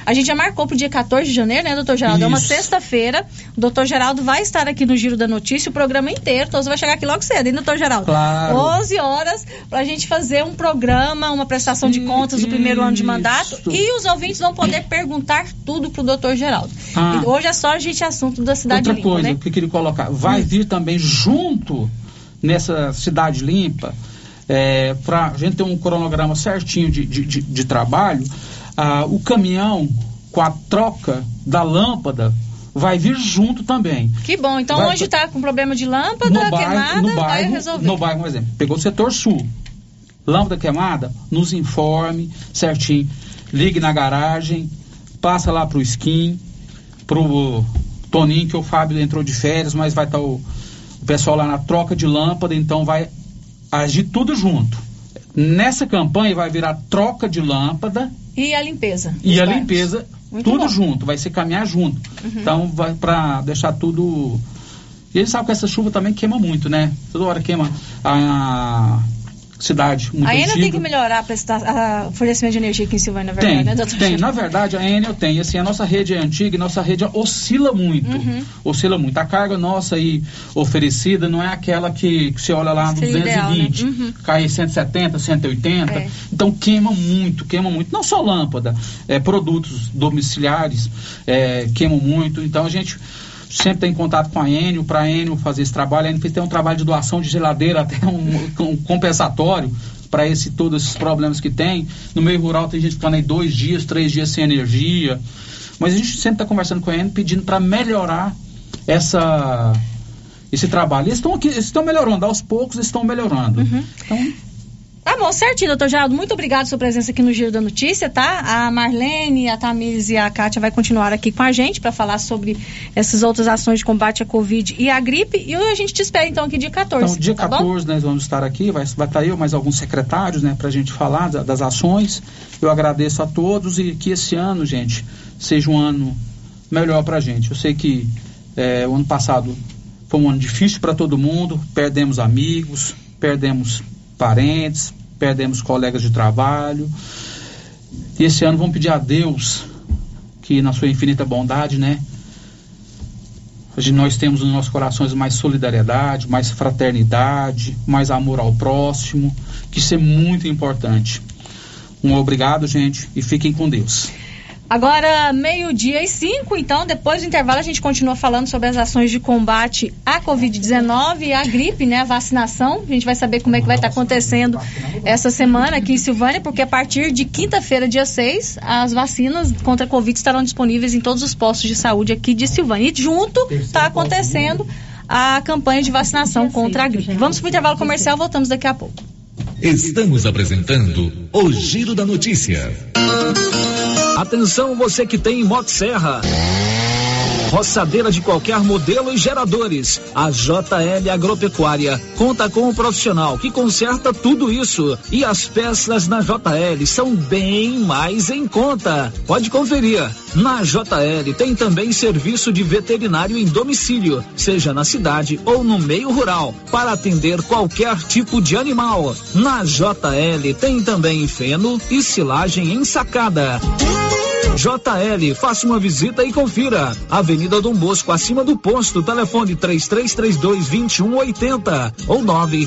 A gente já marcou pro dia 14 de janeiro, né, doutor Geraldo? Isso. É uma sexta-feira. O doutor Geraldo vai estar aqui no Giro da Notícia o programa inteiro. Então você vai chegar aqui logo cedo, hein, doutor Geraldo? Claro. 11 horas pra gente fazer um programa, uma prestação de contas do primeiro ano de mandato. E os ouvintes vão poder perguntar tudo pro doutor Geraldo. E hoje é só a gente assunto da Cidade Outra Limpa, coisa né? que eu queria colocar, vai vir também junto nessa Cidade Limpa, para a gente ter um cronograma certinho de trabalho, o caminhão com a troca da lâmpada vai vir junto também. Que bom, então onde está com problema de lâmpada queimada, vai resolver. No bairro, um exemplo, pegou o setor sul, lâmpada queimada, nos informe certinho, ligue na garagem, passa lá pro Skin, pro Toninho, que o Fábio entrou de férias, mas vai estar o pessoal lá na troca de lâmpada, então vai agir tudo junto. Nessa campanha vai virar troca de lâmpada e a limpeza. E a limpeza, muito tudo bom. Junto, vai ser caminhar junto. Então vai para deixar tudo. E ele sabe que essa chuva também queima muito, né? Toda hora queima a cidade muito a Enel antiga. tem que melhorar o fornecimento de energia aqui em Silvânia, na verdade, né, doutor? Tem, na verdade a Enel tem, assim, a nossa rede é antiga e nossa rede oscila muito, oscila muito. A carga nossa aí oferecida não é aquela que você olha lá no 220, ideal, né? Cai 170, 180, então queima muito, não só lâmpada, produtos domiciliares queimam muito, então a gente sempre tem contato com a Enel, para a Enel fazer esse trabalho. A Enel tem um trabalho de doação de geladeira, até um compensatório para todos esses problemas que tem. No meio rural tem gente ficando aí 2 dias, 3 dias sem energia. Mas a gente sempre está conversando com a Enel, pedindo para melhorar esse trabalho. Eles estão melhorando, aos poucos estão melhorando. Então, tá bom, certinho, doutor Geraldo. Muito obrigado pela sua presença aqui no Giro da Notícia, tá? A Marlene, a Tamires e a Kátia vai continuar aqui com a gente para falar sobre essas outras ações de combate à Covid e à gripe. E a gente te espera, então, aqui dia 14. Então, dia tá 14 bom? Nós vamos estar aqui, vai estar eu, mais alguns secretários, né, pra gente falar das ações. Eu agradeço a todos e que esse ano, gente, seja um ano melhor pra gente. Eu sei que o ano passado foi um ano difícil para todo mundo, perdemos amigos, perdemos parentes, perdemos colegas de trabalho, e esse ano vamos pedir a Deus que na sua infinita bondade, né, nós temos nos nossos corações mais solidariedade, mais fraternidade, mais amor ao próximo, que isso é muito importante. Um obrigado, gente, e fiquem com Deus. Agora, 12:05, então, depois do intervalo a gente continua falando sobre as ações de combate à Covid-19 e à gripe, né, a vacinação. A gente vai saber como é que vai estar acontecendo essa semana aqui em Silvânia, porque a partir de quinta-feira, dia 6, as vacinas contra a Covid estarão disponíveis em todos os postos de saúde aqui de Silvânia. E junto está acontecendo a campanha de vacinação contra a gripe. Vamos para o intervalo comercial, voltamos daqui a pouco. Estamos apresentando o Giro da Notícia. Atenção, você que tem motosserra, roçadeira de qualquer modelo e geradores. A JL Agropecuária conta com um profissional que conserta tudo isso. E as peças na JL são bem mais em conta. Pode conferir. Na JL tem também serviço de veterinário em domicílio, seja na cidade ou no meio rural, para atender qualquer tipo de animal. Na JL tem também feno e silagem ensacada. JL, faça uma visita e confira. Avenida Dom Bosco, acima do posto, telefone 3332-2180 ou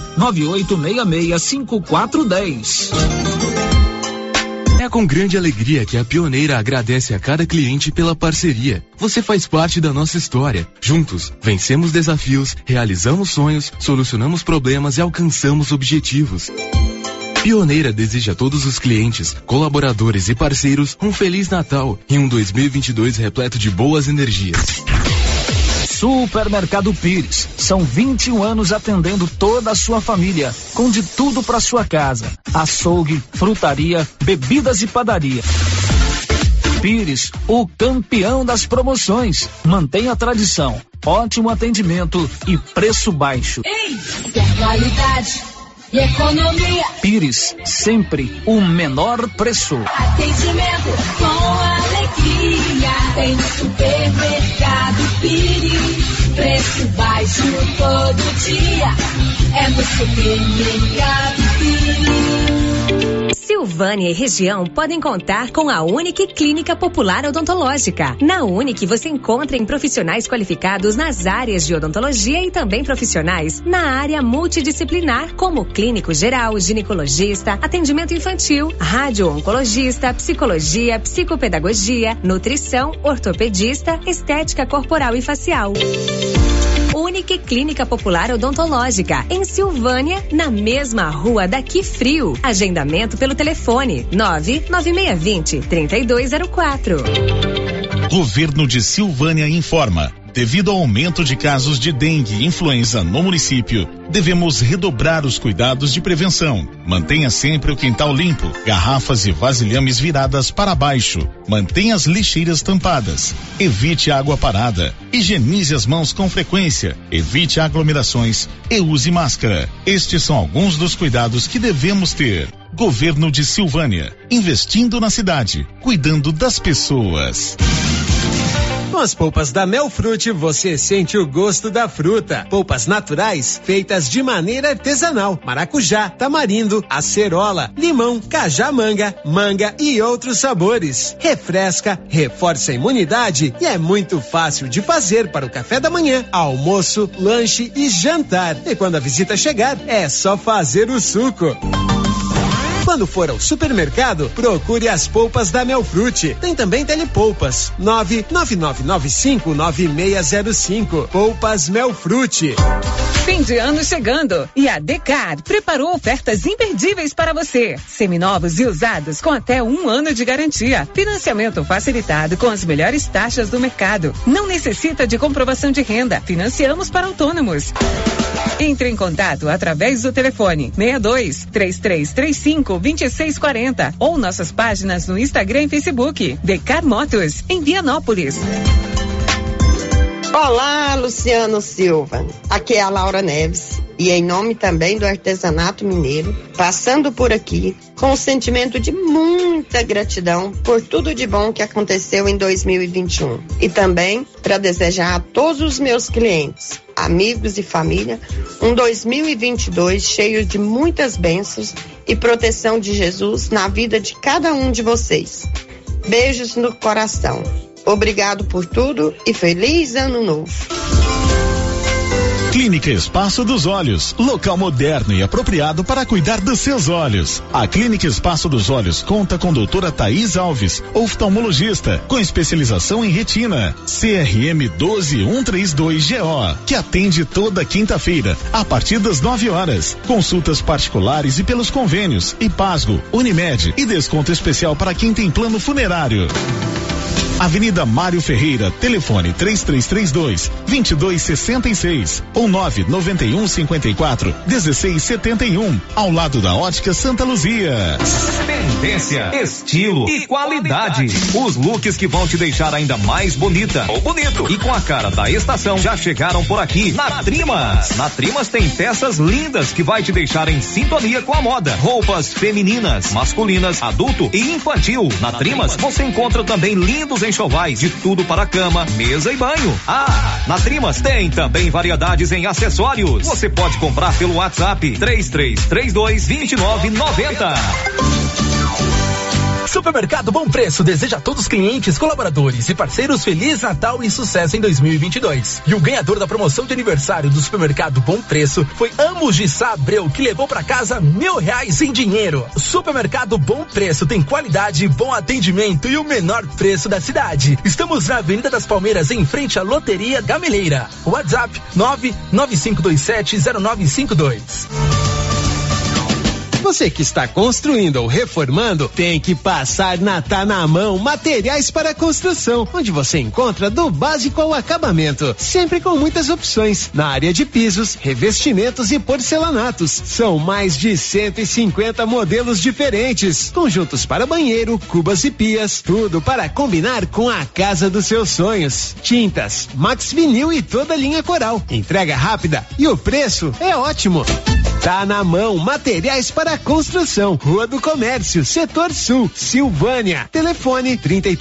998665410. É com grande alegria que a Pioneira agradece a cada cliente pela parceria. Você faz parte da nossa história. Juntos, vencemos desafios, realizamos sonhos, solucionamos problemas e alcançamos objetivos. Pioneira deseja a todos os clientes, colaboradores e parceiros um Feliz Natal e um 2022 repleto de boas energias. Supermercado Pires. São 21 anos atendendo toda a sua família, com de tudo para sua casa: açougue, frutaria, bebidas e padaria. Pires, o campeão das promoções. Mantenha a tradição, ótimo atendimento e preço baixo. Ei, quer qualidade e economia? Pires, sempre o menor preço. Atendimento com alegria. Tem no supermercado Pires. Preço baixo todo dia. É no supermercado Pires. Silvânia e região podem contar com a Unique Clínica Popular Odontológica. Na Unique você encontra profissionais qualificados nas áreas de odontologia e também profissionais na área multidisciplinar, como clínico geral, ginecologista, atendimento infantil, radio-oncologista, psicologia, psicopedagogia, nutrição, ortopedista, estética corporal e facial. Unique Clínica Popular Odontológica, em Silvânia, na mesma rua daqui Frio. Agendamento pelo telefone 99620-3204. Governo de Silvânia informa. Devido ao aumento de casos de dengue e influenza no município, devemos redobrar os cuidados de prevenção. Mantenha sempre o quintal limpo, garrafas e vasilhames viradas para baixo. Mantenha as lixeiras tampadas. Evite água parada. Higienize as mãos com frequência. Evite aglomerações e use máscara. Estes são alguns dos cuidados que devemos ter. Governo de Silvânia, investindo na cidade, cuidando das pessoas. Com as polpas da Melfrute, você sente o gosto da fruta. Polpas naturais, feitas de maneira artesanal. Maracujá, tamarindo, acerola, limão, cajá-manga, manga e outros sabores. Refresca, reforça a imunidade e é muito fácil de fazer para o café da manhã, almoço, lanche e jantar. E quando a visita chegar, é só fazer o suco. Quando for ao supermercado, procure as polpas da Melfrute. Tem também telepolpas. 999959605. Polpas Melfrute. Fim de ano chegando e a Decar preparou ofertas imperdíveis para você. Seminovos e usados com até 1 ano de garantia. Financiamento facilitado com as melhores taxas do mercado. Não necessita de comprovação de renda. Financiamos para autônomos. Entre em contato através do telefone 62-3335-2640 ou nossas páginas no Instagram e Facebook. Decar Motos, em Vianópolis. Olá, Luciano Silva. Aqui é a Laura Neves e em nome também do artesanato mineiro, passando por aqui com um sentimento de muita gratidão por tudo de bom que aconteceu em 2021 e também para desejar a todos os meus clientes, amigos e família um 2022 cheio de muitas bênçãos e proteção de Jesus na vida de cada um de vocês. Beijos no coração. Obrigado por tudo e feliz ano novo. Clínica Espaço dos Olhos, local moderno e apropriado para cuidar dos seus olhos. A Clínica Espaço dos Olhos conta com doutora Thaís Alves, oftalmologista, com especialização em retina, CRM 12132GO, que atende toda quinta-feira, a partir das 9 horas. Consultas particulares e pelos convênios, Ipasgo, Unimed e desconto especial para quem tem plano Avenida Mário Ferreira, telefone 3332-2266 ou 99154-1671, ao lado da Ótica Santa Luzia. Tendência, estilo e qualidade. Os looks que vão te deixar ainda mais bonita ou bonito e com a cara da estação já chegaram por aqui na Trimas. Na Trimas tem peças lindas que vai te deixar em sintonia com a moda. Roupas femininas, masculinas, adulto e infantil. Na Trimas você encontra também lindos enxovais de tudo para cama, mesa e banho. Na Trimas tem também variedades em acessórios. Você pode comprar pelo WhatsApp 3332-2990. Supermercado Bom Preço deseja a todos os clientes, colaboradores e parceiros Feliz Natal e sucesso em 2022. E o ganhador da promoção de aniversário do Supermercado Bom Preço foi Amos de Sá Abreu, que levou para casa R$1.000 em dinheiro. Supermercado Bom Preço tem qualidade, bom atendimento e o menor preço da cidade. Estamos na Avenida das Palmeiras, em frente à Loteria Gameleira. WhatsApp 995270952. Você que está construindo ou reformando, tem que passar na Tá na Mão Materiais para Construção, onde você encontra do básico ao acabamento, sempre com muitas opções na área de pisos, revestimentos e porcelanatos. São mais de 150 modelos diferentes, conjuntos para banheiro, cubas e pias, tudo para combinar com a casa dos seus sonhos. Tintas, Max Vinil e toda a linha Coral. Entrega rápida e o preço é ótimo. Tá na mão, materiais para construção, Rua do Comércio, Setor Sul, Silvânia. Telefone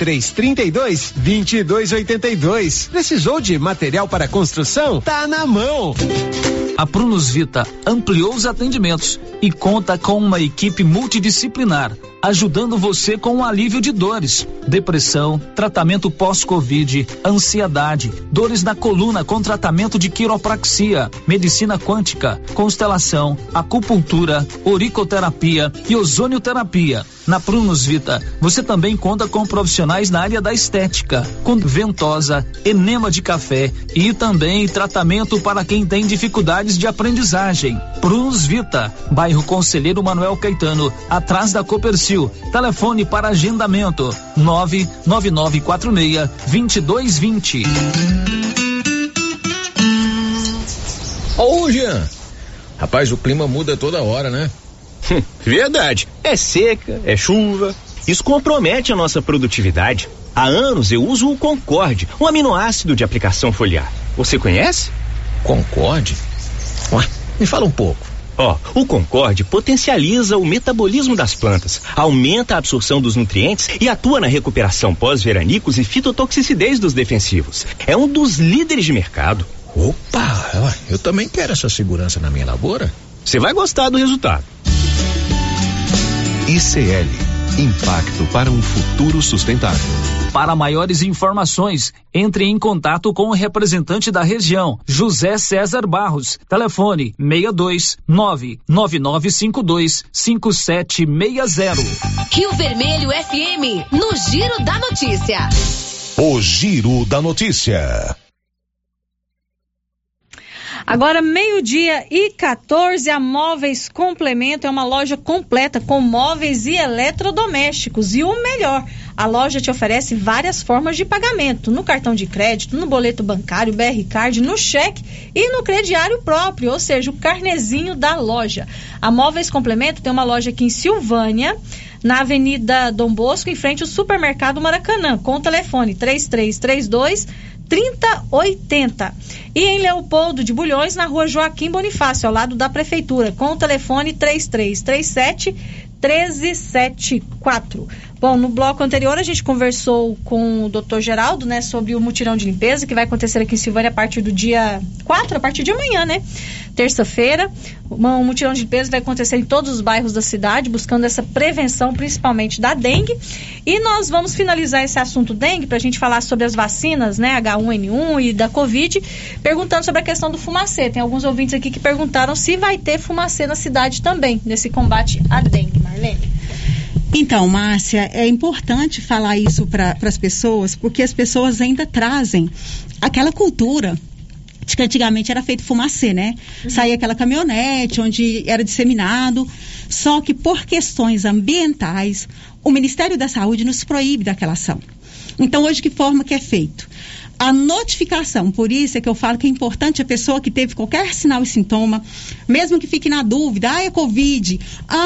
3332-2282. Precisou de material para construção? Tá na mão. A Prunus Vita ampliou os atendimentos e conta com uma equipe multidisciplinar, ajudando você com o alívio de dores, depressão, tratamento pós-Covid, ansiedade, dores na coluna com tratamento de quiropraxia, medicina quântica, constelação, acupuntura, auriculoterapia e ozonioterapia. Na Prunus Vita, você também conta com profissionais na área da estética, com ventosa, enema de café e também tratamento para quem tem dificuldades de aprendizagem. Prunus Vita, bairro Conselheiro Manuel Caetano, atrás da Copercil. Telefone para agendamento 99946-2220. Ô, Jean, rapaz, o clima muda toda hora, né? Verdade. É seca, é chuva. Isso compromete a nossa produtividade. Há anos eu uso o Concorde, um aminoácido de aplicação foliar. Você conhece? Concorde? Ué, me fala um pouco. O Concorde potencializa o metabolismo das plantas, aumenta a absorção dos nutrientes e atua na recuperação pós-veranicos e fitotoxicidez dos defensivos. É um dos líderes de mercado. Opa, eu também quero essa segurança na minha lavoura. Você vai gostar do resultado. ICL, impacto para um futuro sustentável. Para maiores informações, entre em contato com o representante da região, José César Barros. Telefone 62-99952-5760. Rio Vermelho FM, no Giro da Notícia. O Giro da Notícia. Agora, 12:14, a Móveis Complemento é uma loja completa com móveis e eletrodomésticos. E o melhor, a loja te oferece várias formas de pagamento, no cartão de crédito, no boleto bancário, BR Card, no cheque e no crediário próprio, ou seja, o carnezinho da loja. A Móveis Complemento tem uma loja aqui em Silvânia, na Avenida Dom Bosco, em frente ao Supermercado Maracanã, com o telefone 3332-3080. E em Leopoldo de Bulhões, na Rua Joaquim Bonifácio, ao lado da Prefeitura, com o telefone 3337-1374. Bom, no bloco anterior a gente conversou com o Dr. Geraldo, né, sobre o mutirão de limpeza que vai acontecer aqui em Silvânia a partir do dia 4, a partir de amanhã, né? Terça-feira. O mutirão de limpeza vai acontecer em todos os bairros da cidade, buscando essa prevenção, principalmente da dengue. E nós vamos finalizar esse assunto dengue para a gente falar sobre as vacinas, né, H1N1 e da Covid, perguntando sobre a questão do fumacê. Tem alguns ouvintes aqui que perguntaram se vai ter fumacê na cidade também, nesse combate à dengue. Marlene? Então, Márcia, é importante falar isso para as pessoas, porque as pessoas ainda trazem aquela cultura de que antigamente era feito fumacê, né? Saía aquela caminhonete onde era disseminado, só que por questões ambientais, o Ministério da Saúde nos proíbe daquela ação. Então, hoje, que forma que é feito? A notificação, por isso é que eu falo que é importante a pessoa que teve qualquer sinal e sintoma, mesmo que fique na dúvida, é Covid,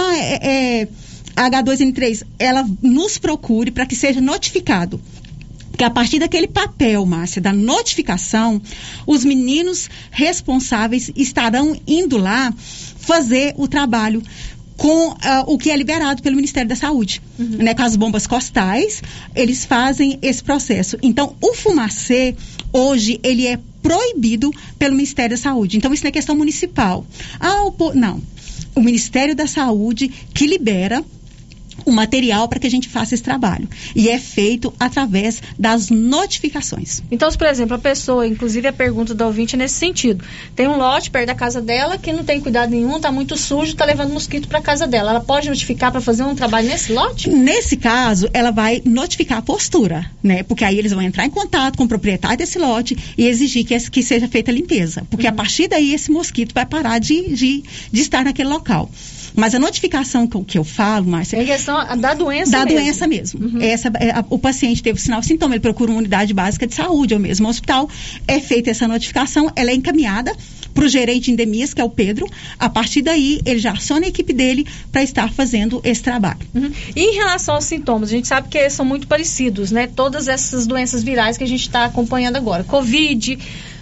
é H2N3, ela nos procure para que seja notificado. Porque a partir daquele papel, Márcia, da notificação, os meninos responsáveis estarão indo lá fazer o trabalho com o que é liberado pelo Ministério da Saúde. Né? Com as bombas costais, eles fazem esse processo. Então, o fumacê, hoje, ele é proibido pelo Ministério da Saúde. Então, isso não é questão municipal. Não. O Ministério da Saúde que libera o material para que a gente faça esse trabalho. E é feito através das notificações. Então, se, por exemplo, a pessoa, inclusive a pergunta do ouvinte é nesse sentido, tem um lote perto da casa dela que não tem cuidado nenhum, está muito sujo, está levando mosquito para casa dela. Ela pode notificar para fazer um trabalho nesse lote? Nesse caso, ela vai notificar a postura, né? Porque aí eles vão entrar em contato com o proprietário desse lote e exigir que seja feita a limpeza. Porque a partir daí esse mosquito vai parar de estar naquele local. Mas a notificação que eu falo, Márcia... É questão da doença da mesmo. Da doença mesmo. O paciente teve sinal e sintoma, ele procura uma unidade básica de saúde, ou mesmo um hospital, é feita essa notificação, ela é encaminhada para o gerente de endemias, que é o Pedro. A partir daí, ele já aciona a equipe dele para estar fazendo esse trabalho. E em relação aos sintomas, a gente sabe que eles são muito parecidos, né? Todas essas doenças virais que a gente está acompanhando agora. Covid,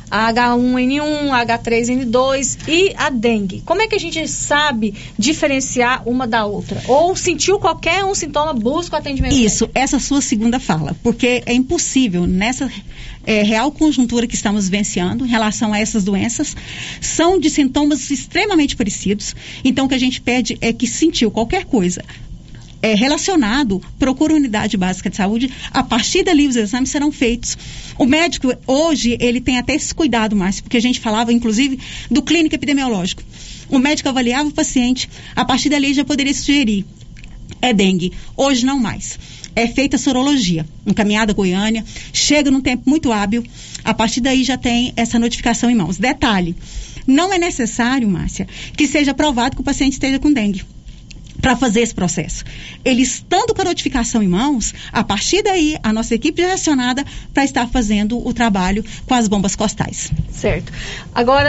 a H1N1, a H3N2 e a dengue. Como é que a gente sabe diferenciar uma da outra? Ou sentiu qualquer um sintoma, busca o atendimento médico? Essa sua segunda fala, porque é impossível nessa real conjuntura que estamos vivenciando em relação a essas doenças, são de sintomas extremamente parecidos. Então o que a gente pede é que sentiu qualquer coisa relacionado, procura a unidade básica de saúde, a partir dali os exames serão feitos. O médico, hoje, ele tem até esse cuidado, Márcio, porque a gente falava, inclusive, do clínico epidemiológico. O médico avaliava o paciente, a partir dali já poderia sugerir, é dengue. Hoje não mais. É feita sorologia, encaminhada a Goiânia, chega num tempo muito hábil, a partir daí já tem essa notificação em mãos. Detalhe, não é necessário, Márcia, que seja provado que o paciente esteja com dengue para fazer esse processo. Ele estando com a notificação em mãos, a partir daí, a nossa equipe é acionada para estar fazendo o trabalho com as bombas costais. Certo. Agora,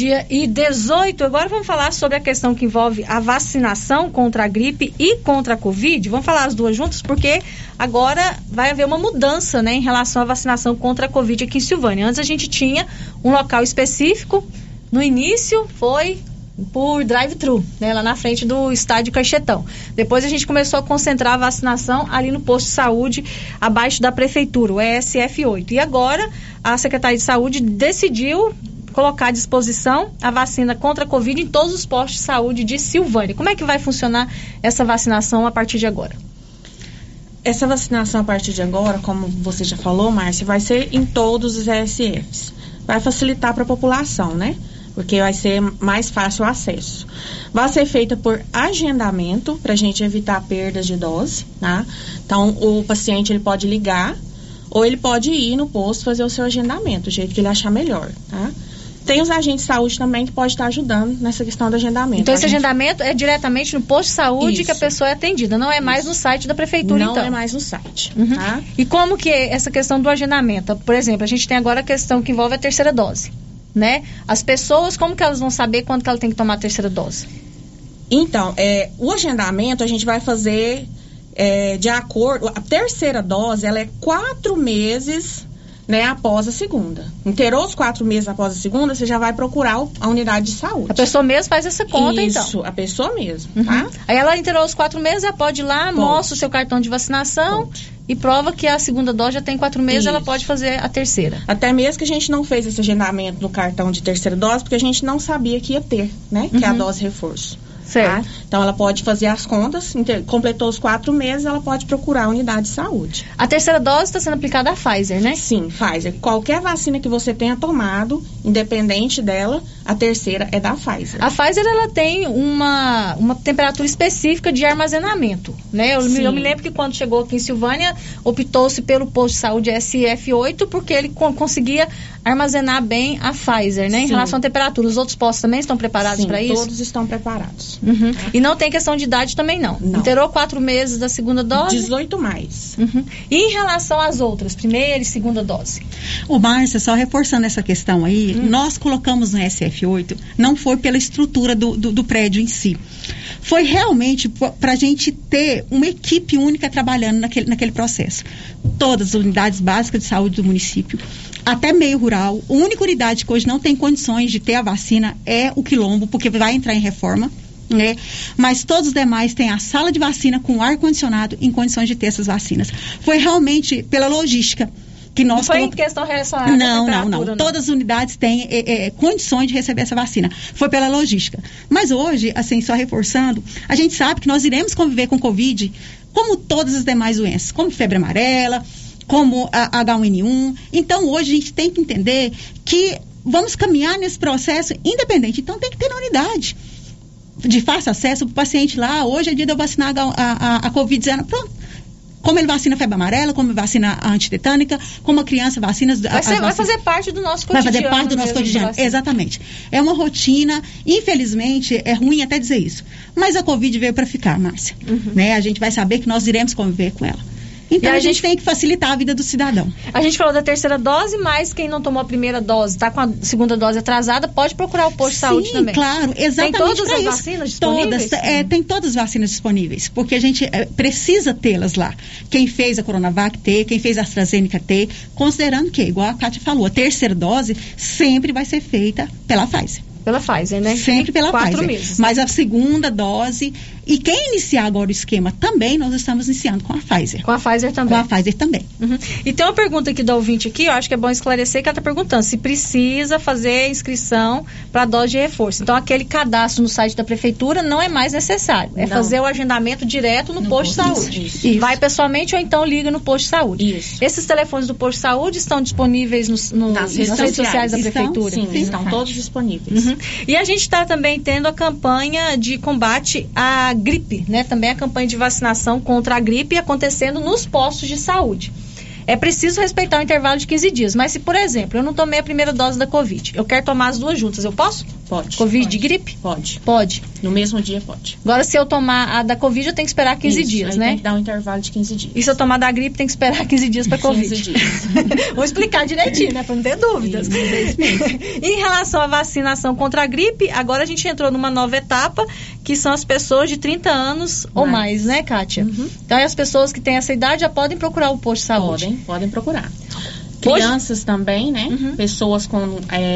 12:18, agora vamos falar sobre a questão que envolve a vacinação contra a gripe e contra a Covid. Vamos falar as duas juntas, porque agora vai haver uma mudança, né, em relação à vacinação contra a Covid aqui em Silvânia. Antes a gente tinha um local específico, no início foi por drive-thru, né, lá na frente do estádio Caixetão. Depois a gente começou a concentrar a vacinação ali no posto de saúde abaixo da prefeitura, o ESF8. E agora a Secretaria de Saúde decidiu colocar à disposição a vacina contra a Covid em todos os postos de saúde de Silvânia. Como é que vai funcionar essa vacinação a partir de agora? Essa vacinação a partir de agora, como você já falou, Márcia, vai ser em todos os ESFs. Vai facilitar para a população, né? Porque vai ser mais fácil o acesso. Vai ser feita por agendamento, para a gente evitar perdas de dose, tá? Então, o paciente, ele pode ligar, ou ele pode ir no posto fazer o seu agendamento, do jeito que ele achar melhor, tá? Tem os agentes de saúde também que podem estar ajudando nessa questão do agendamento. Então, esse agendamento é diretamente no posto de saúde. Isso. Que a pessoa é atendida, não é mais no site da prefeitura, não então? Não é mais no site, tá? E como que é essa questão do agendamento? Por exemplo, a gente tem agora a questão que envolve a terceira dose, né? As pessoas, como que elas vão saber quando que ela tem que tomar a terceira dose? Então, o agendamento a gente vai fazer de acordo... A terceira dose, ela é 4 meses, né, após a segunda. Inteirou os 4 meses após a segunda, você já vai procurar a unidade de saúde. A pessoa mesmo faz essa conta, então? Isso, a pessoa mesmo, tá? Aí ela inteirou os 4 meses, ela pode ir lá, mostra o seu cartão de vacinação e prova que a segunda dose já tem 4 meses, ela pode fazer a terceira. Até mesmo que a gente não fez esse agendamento no cartão de terceira dose, porque a gente não sabia que ia ter, né? Que é a dose reforço. Certo. Tá? Então, ela pode fazer as contas, completou os 4 meses, ela pode procurar a unidade de saúde. A terceira dose está sendo aplicada a Pfizer, né? Sim, Pfizer. Qualquer vacina que você tenha tomado, independente dela, a terceira é da Pfizer. A Pfizer, ela tem uma temperatura específica de armazenamento, né? Eu me lembro que quando chegou aqui em Silvânia, optou-se pelo posto de saúde SF8, porque ele conseguia armazenar bem a Pfizer, né? Em relação à temperatura. Os outros postos também estão preparados para isso? Todos estão preparados. E não tem questão de idade também, não? Inteirou 4 meses da segunda dose? 18 mais. E em relação às outras, primeira e segunda dose? O Márcia, só reforçando essa questão aí, nós colocamos no SF8, não foi pela estrutura do prédio em si. Foi realmente para a gente ter uma equipe única trabalhando naquele processo. Todas as unidades básicas de saúde do município, até meio rural. A única unidade que hoje não tem condições de ter a vacina é o Quilombo, porque vai entrar em reforma, né? Mas todos os demais têm a sala de vacina com ar-condicionado em condições de ter essas vacinas. Foi realmente pela logística que nós... Não foi em questão relacionada à temperatura, não. Todas as unidades têm condições de receber essa vacina. Foi pela logística. Mas hoje, assim, só reforçando, a gente sabe que nós iremos conviver com Covid como todas as demais doenças, como febre amarela, como a H1N1. Então, hoje a gente tem que entender que vamos caminhar nesse processo independente. Então, tem que ter na unidade de fácil acesso para o paciente lá. Hoje é dia de eu vacinar a Covid-19. Pronto. Como ele vacina a febre amarela, como ele vacina a antitetânica, como a criança vacina... Vai fazer parte do nosso cotidiano. Vai fazer parte do nosso cotidiano, exatamente. É uma rotina, infelizmente, é ruim até dizer isso. Mas a Covid veio para ficar, Márcia. Né? A gente vai saber que nós iremos conviver com ela. Então a gente tem que facilitar a vida do cidadão. A gente falou da terceira dose, mas quem não tomou a primeira dose, está com a segunda dose atrasada, pode procurar o posto de saúde também. Claro, exatamente. Tem todas as vacinas disponíveis? Tem todas as vacinas disponíveis, porque a gente precisa tê-las lá. Quem fez a Coronavac ter, quem fez a AstraZeneca ter, considerando que, igual a Kátia falou, a terceira dose sempre vai ser feita pela Pfizer. Pela Pfizer, né? Sempre pela 4 Pfizer. meses. Mas a segunda dose, e quem iniciar agora o esquema também, nós estamos iniciando com a Pfizer. Com a Pfizer também. Com a Pfizer também. Uhum. E tem uma pergunta aqui do ouvinte aqui, eu acho que é bom esclarecer, que ela está perguntando se precisa fazer inscrição para a dose de reforço. Então, aquele cadastro no site da prefeitura não é mais necessário. É fazer o agendamento direto no posto de saúde. Isso. Vai pessoalmente ou então liga no posto de saúde. Isso. Esses telefones do posto de saúde estão disponíveis nas redes sociais da prefeitura? Sim, estão todos disponíveis. Uhum. E a gente está também tendo a campanha de combate à gripe, né? Também a campanha de vacinação contra a gripe acontecendo nos postos de saúde. É preciso respeitar o intervalo de 15 dias. Mas se, por exemplo, eu não tomei a primeira dose da Covid, eu quero tomar as duas juntas, eu posso? Pode. Covid pode. de gripe? Pode. Pode. No mesmo dia, pode. Agora, se eu tomar a da Covid, eu tenho que esperar 15 dias, aí né? Tem que dar um intervalo de 15 dias. E se eu tomar da gripe, tem que esperar 15 dias para Covid. 15 dias. Vou explicar direitinho, né? Para não ter dúvidas. Em relação à vacinação contra a gripe, agora a gente entrou numa nova etapa, que são as pessoas de 30 anos ou mais, né, Kátia? Uhum. Então, as pessoas que têm essa idade já podem procurar o posto de saúde. Podem procurar. Crianças também, né? Uhum. Pessoas com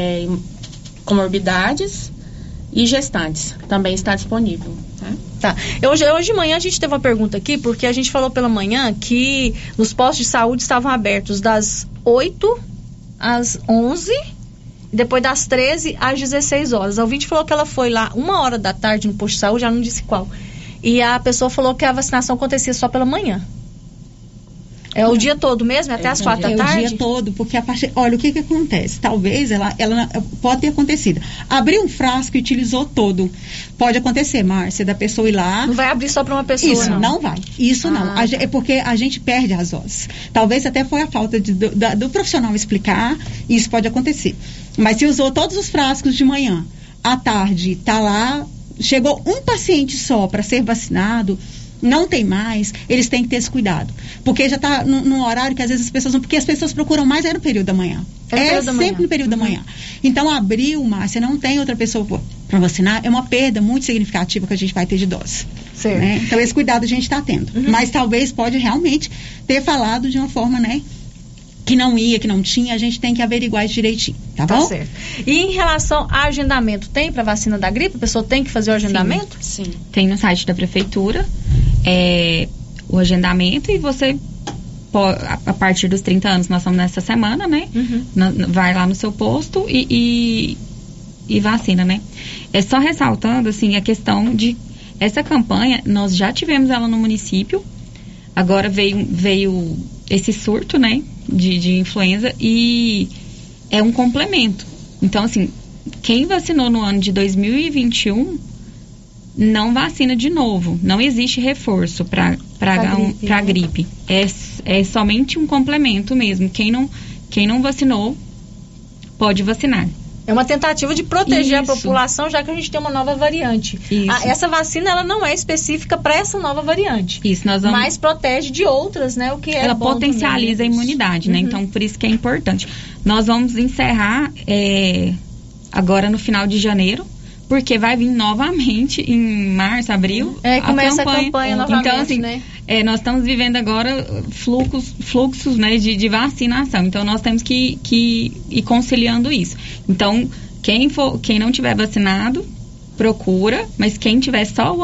comorbidades e gestantes também está disponível. Tá. Hoje de manhã a gente teve uma pergunta aqui, porque a gente falou pela manhã que os postos de saúde estavam abertos das 8 às 11 e depois das 13 às 16 horas. A ouvinte falou que ela foi lá 1h da tarde no posto de saúde, já não disse qual. E a pessoa falou que a vacinação acontecia só pela manhã. É o dia todo mesmo, até as 4 da tarde? É o dia todo, porque a partir... Olha, o que acontece? Talvez ela pode ter acontecido. Abriu um frasco e utilizou todo. Pode acontecer, Márcia, da pessoa ir lá... Não vai abrir só para uma pessoa, Isso, não vai. Isso não. É porque a gente perde as doses. Talvez até foi a falta do profissional explicar, e isso pode acontecer. Mas se usou todos os frascos de manhã, à tarde, tá lá, chegou um paciente só para ser vacinado... Não tem mais, eles têm que ter esse cuidado. Porque já está num horário que às vezes as pessoas não... Porque as pessoas procuram mais no período da manhã. Sempre no período da manhã. Então, abril, Márcia, não tem outra pessoa para vacinar, é uma perda muito significativa que a gente vai ter de dose. Certo. Né? Então, esse cuidado a gente está tendo. Mas talvez pode realmente ter falado de uma forma, né? Que não ia, que não tinha, a gente tem que averiguar isso direitinho, tá bom? Certo. E em relação a agendamento, tem para vacina da gripe? A pessoa tem que fazer o agendamento? Sim. Tem no site da prefeitura o agendamento e você, a partir dos 30 anos, nós estamos nessa semana, né? Vai lá no seu posto e vacina, né? É só ressaltando, assim, a questão de essa campanha, nós já tivemos ela no município, agora veio esse surto, né? De influenza e é um complemento. Então, assim, quem vacinou no ano de 2021 não vacina de novo. Não existe reforço para gripe. É somente um complemento mesmo. Quem não vacinou pode vacinar. É uma tentativa de proteger a população, já que a gente tem uma nova variante. Essa vacina, ela não é específica para essa nova variante. Isso, mas protege de outras, né? O que é ela bom potencializa também, a imunidade, né? Então, por isso que é importante. Nós vamos encerrar agora no final de janeiro, porque vai vir novamente em março, abril, começa a campanha novamente, então, assim, né? Nós estamos vivendo agora fluxos, né, de vacinação. Então, nós temos que ir conciliando isso. Então, quem não tiver vacinado, procura, mas quem tiver só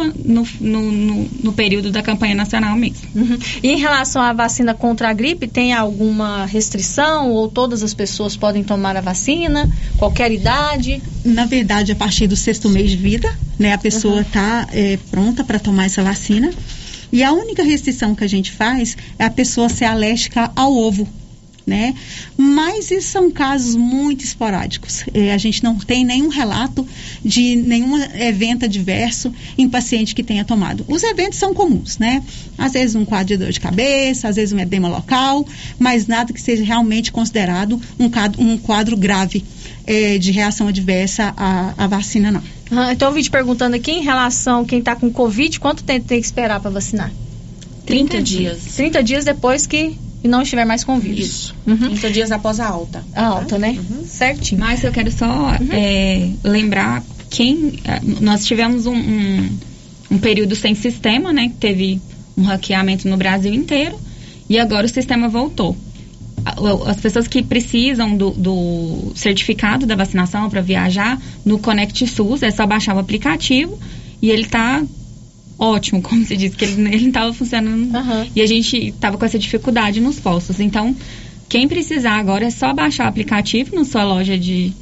no período da campanha nacional mesmo. E em relação à vacina contra a gripe, tem alguma restrição ou todas as pessoas podem tomar a vacina, qualquer idade? Na verdade, a partir do 6º mês de vida, né, a pessoa está pronta para tomar essa vacina. E a única restrição que a gente faz é a pessoa ser alérgica ao ovo, né? Mas isso são casos muito esporádicos. A gente não tem nenhum relato de nenhum evento adverso em paciente que tenha tomado. Os eventos são comuns, né? Às vezes um quadro de dor de cabeça, às vezes um edema local, mas nada que seja realmente considerado um quadro grave de reação adversa à vacina, não. Então, eu vim te perguntando aqui em relação a quem está com Covid, quanto tempo tem que esperar para vacinar? 30 dias. 30 dias depois que não estiver mais com vírus. Isso. 30 dias após a alta. A alta, né? Certinho. Mas eu quero só lembrar nós tivemos um período sem sistema, né? Que teve um hackeamento no Brasil inteiro e agora o sistema voltou. As pessoas que precisam do certificado da vacinação para viajar no Conect SUS, é só baixar o aplicativo e ele tá ótimo, como se diz, que ele não estava funcionando e a gente estava com essa dificuldade nos postos. Então, quem precisar agora é só baixar o aplicativo na sua loja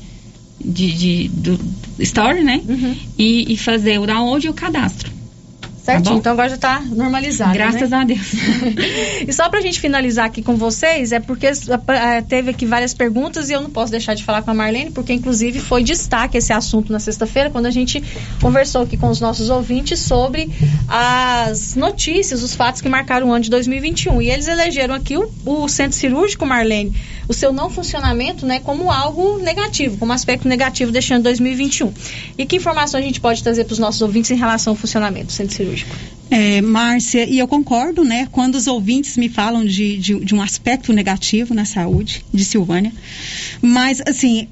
do Store, né? E fazer o download e o cadastro. Certinho, então agora já está normalizado. Graças a Deus. E só pra gente finalizar aqui com vocês, é porque teve aqui várias perguntas e eu não posso deixar de falar com a Marlene, porque inclusive foi destaque esse assunto na sexta-feira, quando a gente conversou aqui com os nossos ouvintes sobre as notícias, os fatos que marcaram o ano de 2021. E eles elegeram aqui o centro cirúrgico, Marlene, o seu não funcionamento, né, como algo negativo, como aspecto negativo deste ano de 2021. E que informação a gente pode trazer para os nossos ouvintes em relação ao funcionamento do centro cirúrgico? Márcia, e eu concordo, né, quando os ouvintes me falam de um aspecto negativo na saúde de Silvânia, mas assim,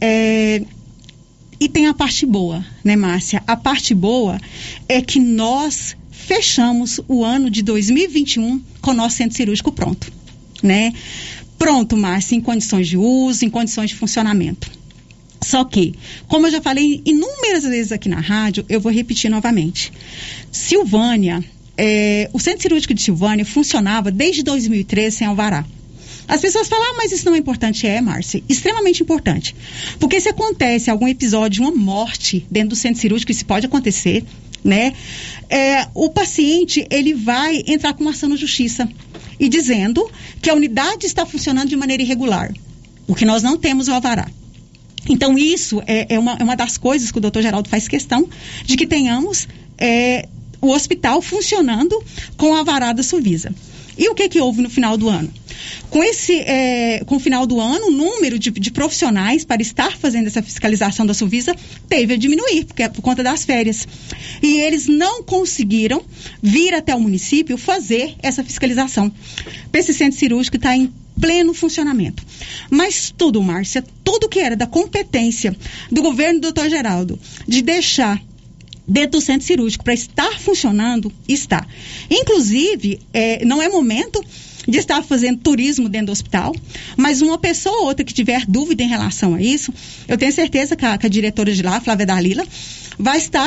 e tem a parte boa, né, Márcia? A parte boa é que nós fechamos o ano de 2021 com o nosso centro cirúrgico pronto, né? Pronto, Márcia, em condições de uso, em condições de funcionamento. Só que, como eu já falei inúmeras vezes aqui na rádio, eu vou repetir novamente. Silvânia, o centro cirúrgico de Silvânia funcionava desde 2013 sem alvará. As pessoas falam, mas isso não é importante. Márcia, extremamente importante. Porque se acontece algum episódio, uma morte dentro do centro cirúrgico, isso pode acontecer, né? O paciente, ele vai entrar com uma ação na justiça e dizendo que a unidade está funcionando de maneira irregular, porque nós não temos o alvará. Então, isso é uma das coisas que o doutor Geraldo faz questão de que tenhamos o hospital funcionando com a alvará da Suvisa. E o que houve no final do ano? Com o final do ano, o número de profissionais para estar fazendo essa fiscalização da Suvisa teve a diminuir, porque é por conta das férias. E eles não conseguiram vir até o município fazer essa fiscalização. Esse centro cirúrgico está em pleno funcionamento. Mas tudo, Márcia, tudo que era da competência do governo do Dr. Geraldo de deixar dentro do centro cirúrgico para estar funcionando, está. Inclusive, não é momento de estar fazendo turismo dentro do hospital, mas uma pessoa ou outra que tiver dúvida em relação a isso, eu tenho certeza que a diretora de lá, Flávia Dalila, vai estar